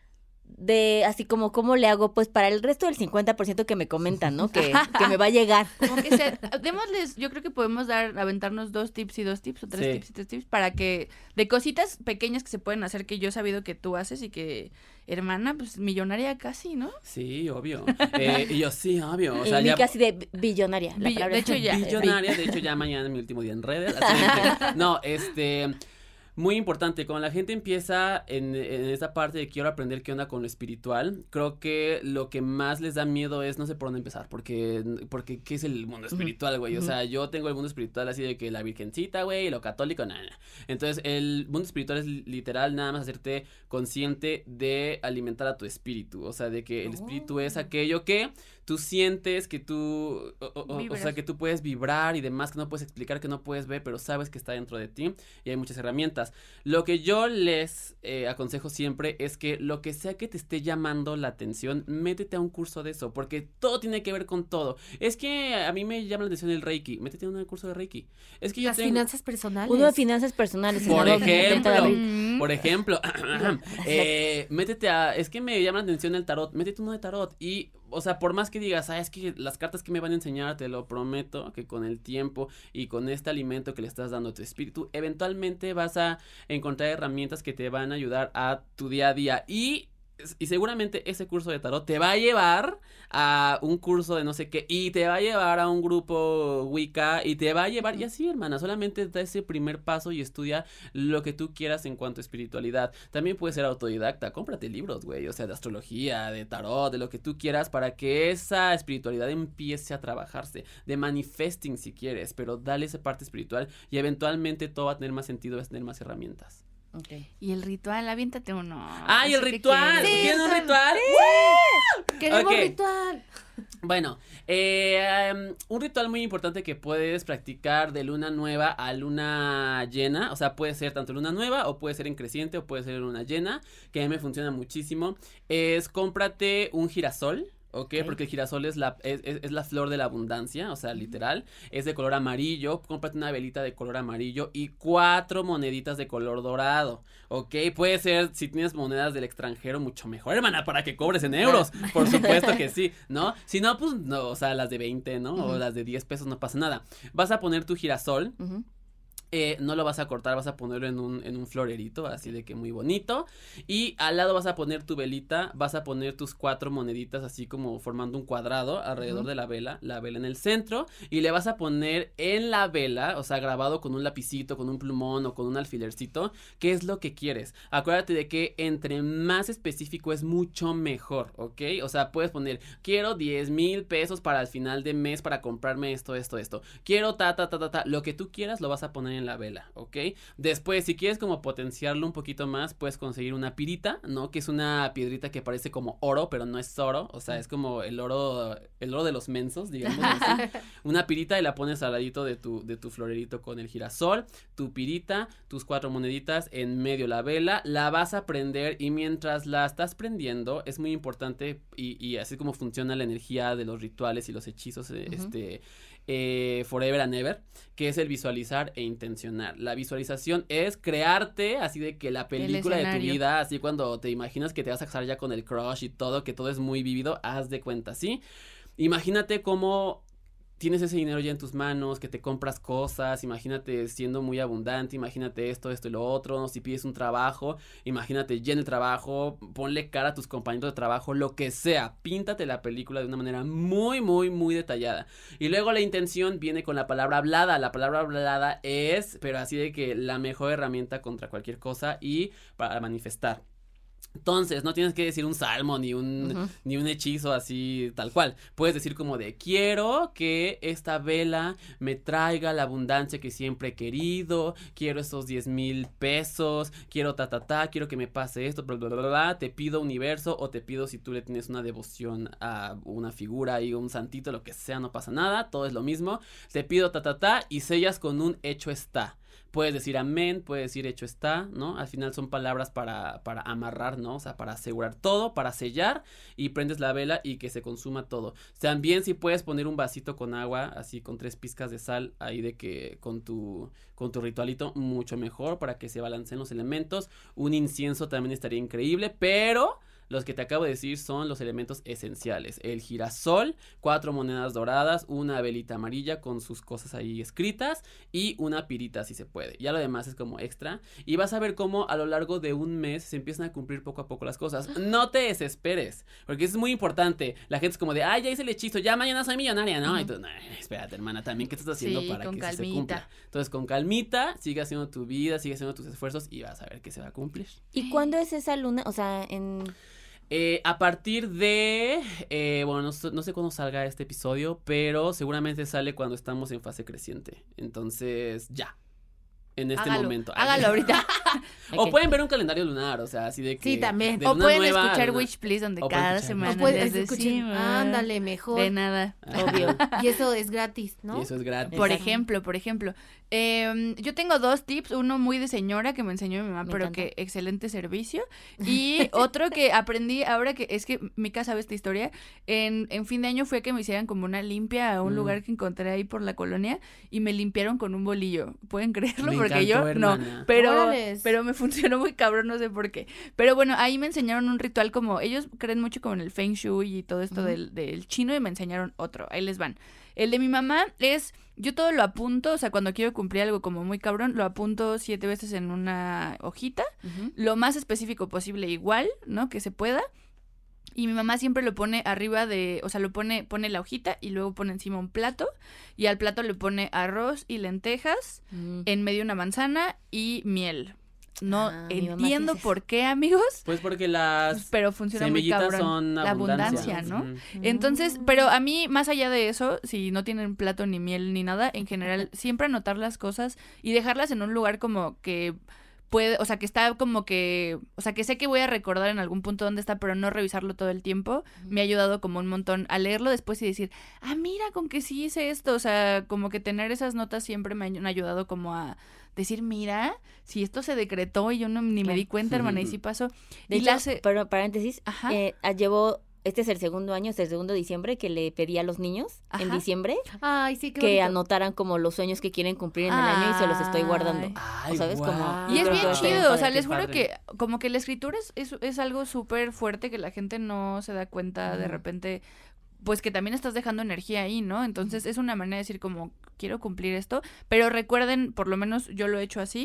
De, así como, ¿cómo le hago? Pues para el resto del cincuenta por ciento que me comentan, ¿no? Que, que me va a llegar. Como que se, démosles, yo creo que podemos dar, aventarnos dos tips y dos tips, o tres Sí. tips y tres tips, para que, de cositas pequeñas que se pueden hacer, que yo he sabido que tú haces y que, hermana, pues millonaria casi, ¿no? Sí, obvio. Eh, y yo, sí, obvio. O y sea, mi ya casi de billonaria. la Bill- palabra de hecho, ya. billonaria, de hecho ya mañana es mi último día en redes. así que, no, este, muy importante, cuando la gente empieza en, en esta parte de quiero aprender qué onda con lo espiritual, creo que lo que más les da miedo es no sé por dónde empezar, porque, porque ¿qué es el mundo espiritual, güey? O sea, yo tengo el mundo espiritual así de que la virgencita, güey, y lo católico, nada, nada. Entonces, el mundo espiritual es literal nada más hacerte consciente de alimentar a tu espíritu, o sea, de que el espíritu es aquello que tú sientes, que tú, o, o- o Vibras. sea, que tú puedes vibrar y demás, que no puedes explicar, que no puedes ver, pero sabes que está dentro de ti y hay muchas herramientas. Lo que yo les eh, aconsejo siempre es que lo que sea que te esté llamando la atención, métete a un curso de eso, porque todo tiene que ver con todo. Es que a mí me llama la atención el Reiki, métete a un curso de Reiki. Es que yo Las tengo... finanzas personales. Uno de finanzas personales. Por senador, ejemplo. intenta abrir. Mm. Por ejemplo, eh, métete a, es que me llama la atención el tarot, métete uno de tarot y, o sea, por más que digas, ah, es que las cartas que me van a enseñar, te lo prometo, que con el tiempo y con este alimento que le estás dando a tu espíritu, eventualmente vas a encontrar herramientas que te van a ayudar a tu día a día y... Y seguramente ese curso de tarot te va a llevar a un curso de no sé qué, y te va a llevar a un grupo Wicca, y te va a llevar, y así, hermana, solamente da ese primer paso y estudia lo que tú quieras en cuanto a espiritualidad. También puedes ser autodidacta, cómprate libros, güey, o sea, de astrología, de tarot, de lo que tú quieras, para que esa espiritualidad empiece a trabajarse, de manifesting si quieres, pero dale esa parte espiritual y eventualmente todo va a tener más sentido, vas a tener más herramientas. Okay. Y el ritual, aviéntate uno. ¡Ay, No el sé qué ritual! quieres. ¿Quieren un ritual? Queremos Ok. ritual. Bueno, eh, um, un ritual muy importante que puedes practicar de luna nueva a luna llena, o sea, puede ser tanto luna nueva o puede ser en creciente o puede ser en luna llena, que a mí me funciona muchísimo, es cómprate un girasol. ¿Ok? Ok. Porque el girasol es la, es, es- es la flor de la abundancia, o sea, literal, es de color amarillo, cómprate una velita de color amarillo y cuatro moneditas de color dorado, ¿ok? Puede ser, si tienes monedas del extranjero, mucho mejor, hermana, para que cobres en euros, por supuesto que sí, ¿no? Si no, pues, no, o sea, las de veinte, ¿no? O Ujú. las de diez pesos, no pasa nada. Vas a poner tu girasol, Ujú. eh, no lo vas a cortar, vas a ponerlo en un, en un florerito, así de que muy bonito. Y al lado vas a poner tu velita, vas a poner tus cuatro moneditas así como formando un cuadrado alrededor Ujú. de la vela, la vela en el centro. Y le vas a poner en la vela, o sea, grabado con un lapicito, con un plumón o con un alfilercito, qué es lo que quieres. Acuérdate de que entre más específico es mucho mejor, ¿ok? O sea, puedes poner, quiero diez mil pesos para el final de mes para comprarme esto, esto, esto. Quiero ta, ta, ta, ta, ta. Lo que tú quieras lo vas a poner en en la vela, ¿ok? Después, si quieres como potenciarlo un poquito más, puedes conseguir una pirita, ¿no? Que es una piedrita que parece como oro, pero no es oro, o sea, es como el oro, el oro de los mensos, digamos así. Una pirita y la pones al ladito de tu, de tu florerito con el girasol, tu pirita, tus cuatro moneditas, en medio la vela, la vas a prender y mientras la estás prendiendo, es muy importante y, y así como funciona la energía de los rituales y los hechizos, uh-huh. este... Eh, forever and ever, que es el visualizar e intencionar. La visualización es crearte así de que la película de tu vida, así cuando te imaginas que te vas a casar ya con el crush y todo, que todo es muy vívido, haz de cuenta, ¿sí? Imagínate cómo tienes ese dinero ya en tus manos, que te compras cosas, imagínate siendo muy abundante, imagínate esto, esto y lo otro, ¿no? Si pides un trabajo, imagínate lleno de trabajo, ponle cara a tus compañeros de trabajo, lo que sea, píntate la película de una manera muy, muy, muy detallada. Y luego la intención viene con la palabra hablada, la palabra hablada es, pero así de que la mejor herramienta contra cualquier cosa y para manifestar. Entonces, no tienes que decir un salmo ni un, uh-huh. ni un hechizo así tal cual. Puedes decir como de, quiero que esta vela me traiga la abundancia que siempre he querido, quiero esos diez mil pesos, quiero ta, ta, ta, quiero que me pase esto, bla, bla, bla, bla, te pido universo o te pido si tú le tienes una devoción a una figura y un santito, lo que sea, no pasa nada, todo es lo mismo. Te pido ta, ta, ta y sellas con un hecho está. Puedes decir amén, puedes decir hecho está, ¿no? Al final son palabras para, para amarrar, ¿no? O sea, para asegurar todo, para sellar y prendes la vela y que se consuma todo. También si puedes poner un vasito con agua, así con tres pizcas de sal ahí de que con tu, con tu ritualito, mucho mejor para que se balanceen los elementos. Un incienso también estaría increíble, pero... los que te acabo de decir son los elementos esenciales. El girasol, cuatro monedas doradas, una velita amarilla con sus cosas ahí escritas y una pirita si se puede. Ya lo demás es como extra. Y vas a ver cómo a lo largo de un mes se empiezan a cumplir poco a poco las cosas. No te desesperes, porque eso es muy importante. La gente es como de, ay, ya hice el hechizo, ya mañana soy millonaria, ¿no? Uh-huh. Y tú, no, espérate, hermana, también, ¿qué estás haciendo sí, para que se cumpla? Entonces, con calmita, sigue haciendo tu vida, sigue haciendo tus esfuerzos y vas a ver que se va a cumplir. ¿Y cuándo es esa luna? O sea, en... Eh, a partir de, eh, bueno, no, no sé cuándo salga este episodio, pero seguramente sale cuando estamos en fase creciente. Entonces, ya. En este hágalo, momento. Hágalo ahorita. O pueden ver un calendario lunar, o sea, así de que... Sí, también. O pueden escuchar Wish Please, donde cada semana o pueden les decimos. Ándale, mejor. De nada. Obvio. Y eso es gratis, ¿no? Y eso es gratis. Por ejemplo, por ejemplo, eh, yo tengo dos tips, uno muy de señora que me enseñó mi mamá, me pero encanta. Que excelente servicio, y otro que aprendí ahora que es que Mika sabe esta historia, en, en fin de año fue que me hicieran como una limpia a un mm. lugar que encontré ahí por la colonia y me limpiaron con un bolillo, ¿pueden creerlo? Me Porque yo hermana. no, pero, pero me funcionó muy cabrón, no sé por qué, pero bueno, ahí me enseñaron un ritual como, ellos creen mucho como en el Feng Shui y todo esto uh-huh. del, del chino y me enseñaron otro, ahí les van. El de mi mamá es, yo todo lo apunto, o sea, cuando quiero cumplir algo como muy cabrón, lo apunto siete veces en una hojita, uh-huh. lo más específico posible igual, ¿no? Que se pueda. Y mi mamá siempre lo pone arriba de, o sea, lo pone, pone la hojita y luego pone encima un plato y al plato le pone arroz y lentejas, uh-huh. en medio una manzana y miel. No ah, entiendo por qué, amigos. Pues porque las pero funciona muy cabrón. Son la abundancia, abundancia ¿no? Mm. Entonces, pero a mí, más allá de eso, si no tienen plato ni miel ni nada, en general, siempre anotar las cosas y dejarlas en un lugar como que puede, o sea, que está como que, o sea, que sé que voy a recordar en algún punto dónde está, pero no revisarlo todo el tiempo, me ha ayudado como un montón a leerlo después y decir, ah, mira, con que sí hice esto, o sea, como que tener esas notas siempre me han ayudado como a decir, mira, si esto se decretó y yo no ni me di cuenta, hermana, y sí pasó. De y hecho, las... pero paréntesis, Ajá. Eh, llevo... Este es el segundo año, es el segundo de diciembre que le pedí a los niños Ajá. en diciembre Ay, sí, qué que bonito. anotaran como los sueños que quieren cumplir en el Ay. año y se los estoy guardando. Ay, ¿sabes? Wow. Como, y es bien chido, o sea, les juro padre. que como que la escritura es, es, es algo súper fuerte que la gente no se da cuenta uh-huh. de repente, pues que también estás dejando energía ahí, ¿no? Entonces es una manera de decir como, quiero cumplir esto, pero recuerden, por lo menos yo lo he hecho así,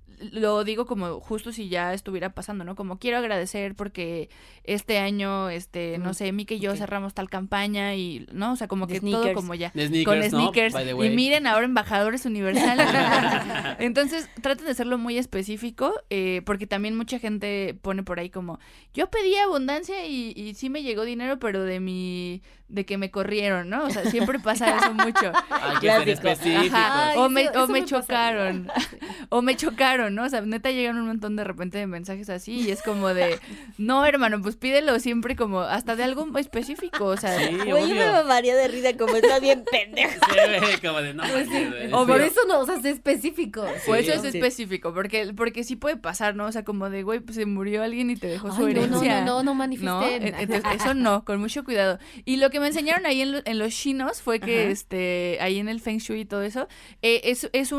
lo digo como justo si ya estuviera pasando, ¿no? Como quiero agradecer porque este año, este, mm. no sé, Mika y yo okay. cerramos tal campaña y, ¿no? O sea, como de que sneakers. todo como ya. De sneakers, con sneakers. No, y miren, ahora embajadores universales. Entonces, traten de hacerlo muy específico, eh, porque también mucha gente pone por ahí como, yo pedí abundancia y, y sí me llegó dinero, pero de mi... de que me corrieron, ¿no? O sea, siempre pasa eso mucho. Hay que ser específico. Ajá. O me, Ay, eso, o eso me me chocaron. O me chocaron, ¿no? O sea, neta llegan un montón de repente de mensajes así y es como de, no, hermano, pues pídelo siempre como hasta de algo específico, o sea. Sí, güey, yo me mamaría de risa como está bien pendejo. Sí, como de no. Pues sí. O por eso no, o sea, es específico. Sí, o eso es sí. específico, porque, porque sí puede pasar, ¿no? O sea, como de, güey, pues se murió alguien y te dejó su Ay, no, herencia. no, no, no, no manifesté. ¿No? Entonces, eso no, con mucho cuidado. Y lo que me enseñaron ahí en, lo, en los chinos fue que, Ajá. este, ahí en el Feng Shui y todo eso, eh, es, es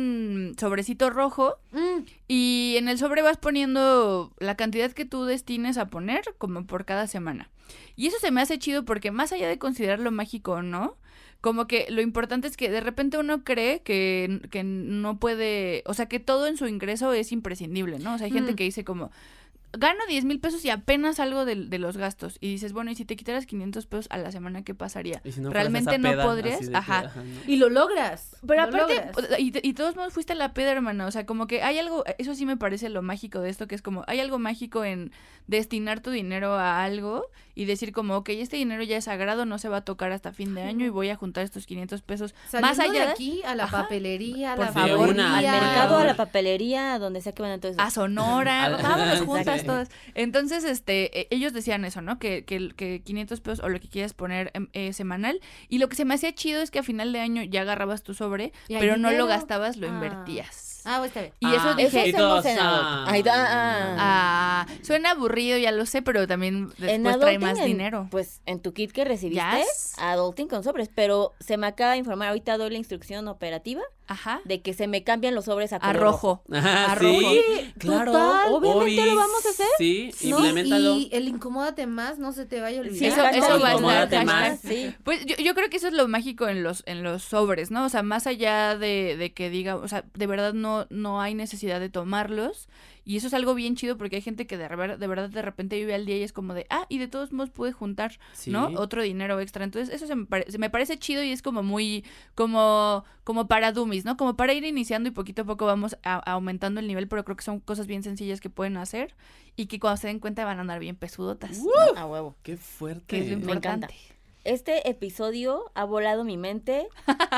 un sobrecito rojo mm. y en el sobre vas poniendo la cantidad que tú destines a poner como por cada semana. Y eso se me hace chido porque más allá de considerarlo mágico o no, como que lo importante es que de repente uno cree que, que no puede, o sea, que todo en su ingreso es imprescindible, ¿no? O sea, hay gente mm. que dice como, gano diez mil pesos y apenas salgo de, de los gastos. Y dices, bueno, y si te quitaras quinientos pesos a la semana, ¿qué pasaría? Si no Realmente no peda, podrías. que, ajá. ajá no. Y lo logras. Pero lo aparte, logras. y, y todos modos fuiste a la peda, hermana. O sea, como que hay algo, eso sí me parece lo mágico de esto, que es como, hay algo mágico en destinar tu dinero a algo y decir como, ok, este dinero ya es sagrado, no se va a tocar hasta fin de año y voy a juntar estos quinientos pesos. Saliendo más allá de aquí a la Ajá. papelería, a la Por favor, una, al mercado, a la papelería, a donde sea que van entonces. A Sonora, vámonos juntas todas. Entonces, este, ellos decían eso, ¿no? Que, que, que quinientos pesos o lo que quieras poner eh, semanal. Y lo que se me hacía chido es que a final de año ya agarrabas tu sobre, pero no lo gastabas, lo ah. invertías. Ah, pues está bien. Y eso ah, dije, eso es ah, ah, ah. ah, suena aburrido, ya lo sé, pero también después trae más en, dinero. Pues en tu kit que recibiste, yes. Adulting con sobres, pero se me acaba de informar, ahorita doy la instrucción operativa. Ajá. De que se me cambian los sobres a color a rojo. Ajá, a sí, rojo. claro. Total, obviamente obis, lo vamos a hacer. Sí, ¿no? implementalo. Y el incomódate más no se te vaya a olvidar. Sí, eso, eso va a estar más. Sí. Pues yo, yo creo que eso es lo mágico en los en los sobres, ¿no? O sea, más allá de, de que diga, o sea, de verdad no no hay necesidad de tomarlos. Y eso es algo bien chido porque hay gente que de, de verdad de repente vive al día y es como de, ah, y de todos modos puede juntar, sí. ¿no? Otro dinero extra. Entonces eso se me, pare- se me parece chido y es como muy, como, como para dummies, ¿no? Como para ir iniciando y poquito a poco vamos a, a aumentando el nivel, pero creo que son cosas bien sencillas que pueden hacer y que cuando se den cuenta van a andar bien pesudotas. Uh, ¿no? A huevo. ¡Qué fuerte! Que es me encanta. Este episodio ha volado mi mente.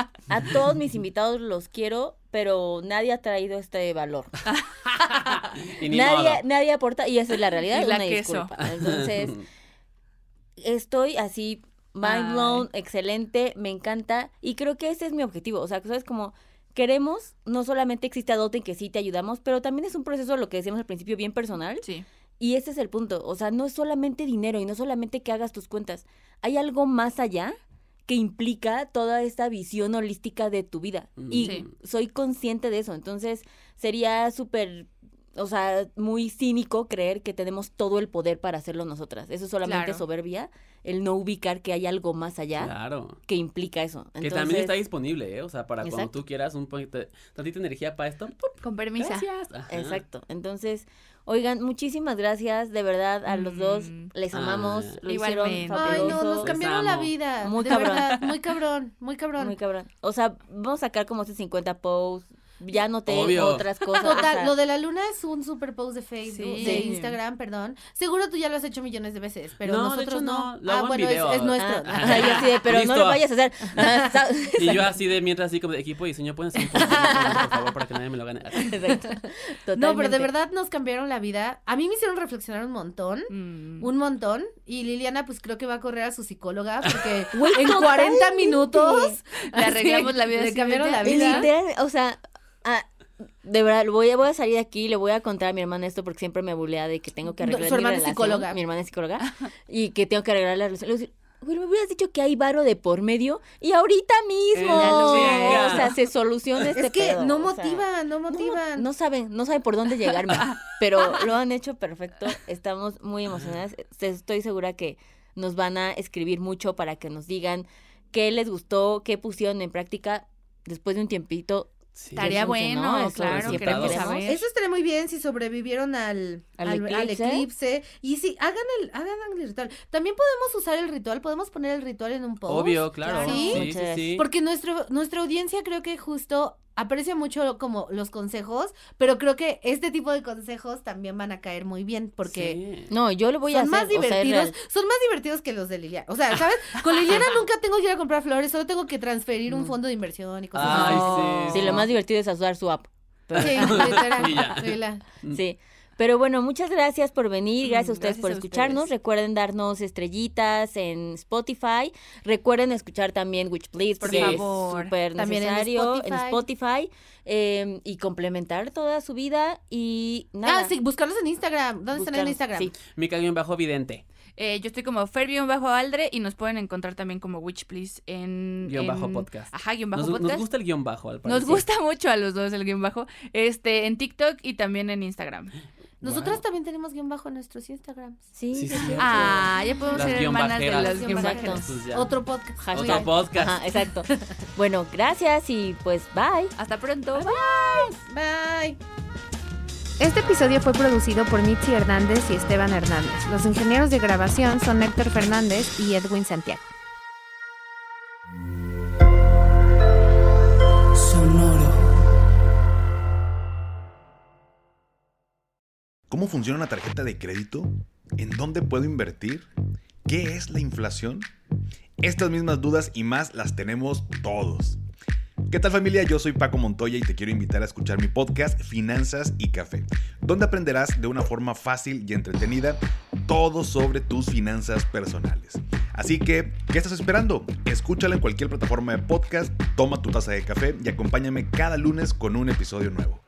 A todos mis invitados los quiero, pero nadie ha traído este valor. Y ni nadie, modo. nadie aporta, y esa es la realidad. Y la una queso. disculpa. Entonces, estoy así, mind blown, Ay. excelente, me encanta. Y creo que ese es mi objetivo. O sea, ¿sabes? Como queremos, no solamente existe Adulting que sí te ayudamos, pero también es un proceso, lo que decíamos al principio, bien personal. Sí. Y ese es el punto, o sea, no es solamente dinero y no solamente que hagas tus cuentas, hay algo más allá que implica toda esta visión holística de tu vida. Mm. Y sí. soy consciente de eso, entonces sería súper, o sea, muy cínico creer que tenemos todo el poder para hacerlo nosotras. Eso es solamente Claro. soberbia, el no ubicar que hay algo más allá Claro. que implica eso. Entonces, Que también está disponible, ¿eh? O sea, para cuando Exacto. tú quieras un poquito, tantita energía para esto. ¡pup! Con permiso. Gracias. Ajá. Exacto, entonces... Oigan, muchísimas gracias, de verdad, a los dos, Mm. les Ah, amamos, lo hicieron igualmente. fabuloso. Ay, no, nos Les cambiaron amo. la vida. Muy de cabrón. verdad, muy cabrón, muy cabrón. Muy cabrón. O sea, vamos a sacar como estos cincuenta posts, ya noté Obvio. otras cosas. o Total, sea, lo de la luna es un super post de Facebook, Sí. de Instagram, perdón. Seguro tú ya lo has hecho millones de veces, pero No, de nosotros hecho, no. no. Lo Ah, hago en bueno, es, video. es nuestro. ah, Ajá. o sea, yo así de, pero no Listo. lo vayas a hacer. Y yo así de mientras, así como de equipo de diseño, pueden hacer un post, por favor, para que nadie me lo gane. Así. Exacto. No, pero de Totalmente. verdad nos cambiaron la vida. A mí me hicieron reflexionar un montón. Mm. Un montón. Y Liliana, pues creo que va a correr a su psicóloga porque Güey, en totalmente. cuarenta minutos Le arreglamos la vida, Le así cambiaron de- la vida. Literal, o sea, ah, de verdad, voy a, voy a salir de aquí y le voy a contar a mi hermana esto porque siempre me bulea de que tengo que No, arreglar su mi hermana es relación. psicóloga. Mi hermana es psicóloga. Y que tengo que arreglar la relación. Le voy a decir, güey, me hubieras dicho que hay varo de por medio y ahorita mismo. Eh, ya lo sé. O sea, se soluciona este Es que pedo, no o sea, motivan, no no, motivan. no saben, no saben por dónde llegarme, pero lo han hecho perfecto. Estamos muy emocionadas. Estoy segura que nos van a escribir mucho para que nos digan qué les gustó, qué pusieron en práctica. Después de un tiempito, Sí. Estaría bueno, Eso claro, siempre queremos queremos. saber. Eso estaría muy bien si sobrevivieron al, Al al, al eclipse. eclipse. Y sí, hagan el, hagan el ritual. También podemos usar el ritual, podemos poner el ritual en un post. Obvio, claro. ¿Sí? Sí, sí, sí. Porque nuestro, nuestra audiencia creo que justo aprecia mucho como los consejos, pero creo que este tipo de consejos también van a caer muy bien porque Sí. No, yo lo voy a son hacer. más o sea, es divertidos, real. son más divertidos que los de Liliana. O sea, ¿sabes? Con Liliana nunca tengo que ir a comprar flores, solo tengo que transferir un fondo de inversión y cosas Ay, así. sí. Sí, lo más divertido es usar su app. Pero- Sí, literal. Y ya. literal. Sí. Pero bueno, muchas gracias por venir, gracias a ustedes Gracias por a escucharnos. ustedes. Recuerden darnos estrellitas en Spotify. Recuerden escuchar también Witch Please, Por porque favor. es súper También en necesario en Spotify. Spotify. eh, y complementar toda su vida y nada. Ah, sí, buscarlos en Instagram. ¿Dónde están en buscarnos. Instagram? Sí. Mica guión bajo vidente. Eh, yo estoy como Fer-Aldre y nos pueden encontrar también como Witch Please en... Guión en- bajo podcast. Ajá, guión bajo Nos, podcast. nos gusta el guión bajo, al Nos parecer. gusta mucho a los dos el guión bajo. Este, en TikTok y también en Instagram. Nosotras Wow. también tenemos guión bajo en nuestros Instagrams. Sí, Sí, sí, sí. sí. Ah, ya podemos Las ser hermanas de guionbajeras. las Las guionbajeras. Pues ya. Otro podcast. Hashtag. Otro podcast. Ajá, exacto. Bueno, gracias y pues bye. Hasta pronto. Bye. Este episodio fue producido por Mitzi Hernández y Esteban Hernández. Los ingenieros de grabación son Héctor Fernández y Edwin Santiago. ¿Cómo funciona una tarjeta de crédito? ¿En dónde puedo invertir? ¿Qué es la inflación? Estas mismas dudas y más las tenemos todos. ¿Qué tal, familia? Yo soy Paco Montoya y te quiero invitar a escuchar mi podcast Finanzas y Café, donde aprenderás de una forma fácil y entretenida todo sobre tus finanzas personales. Así que, ¿qué estás esperando? Escúchala en cualquier plataforma de podcast, toma tu taza de café y acompáñame cada lunes con un episodio nuevo.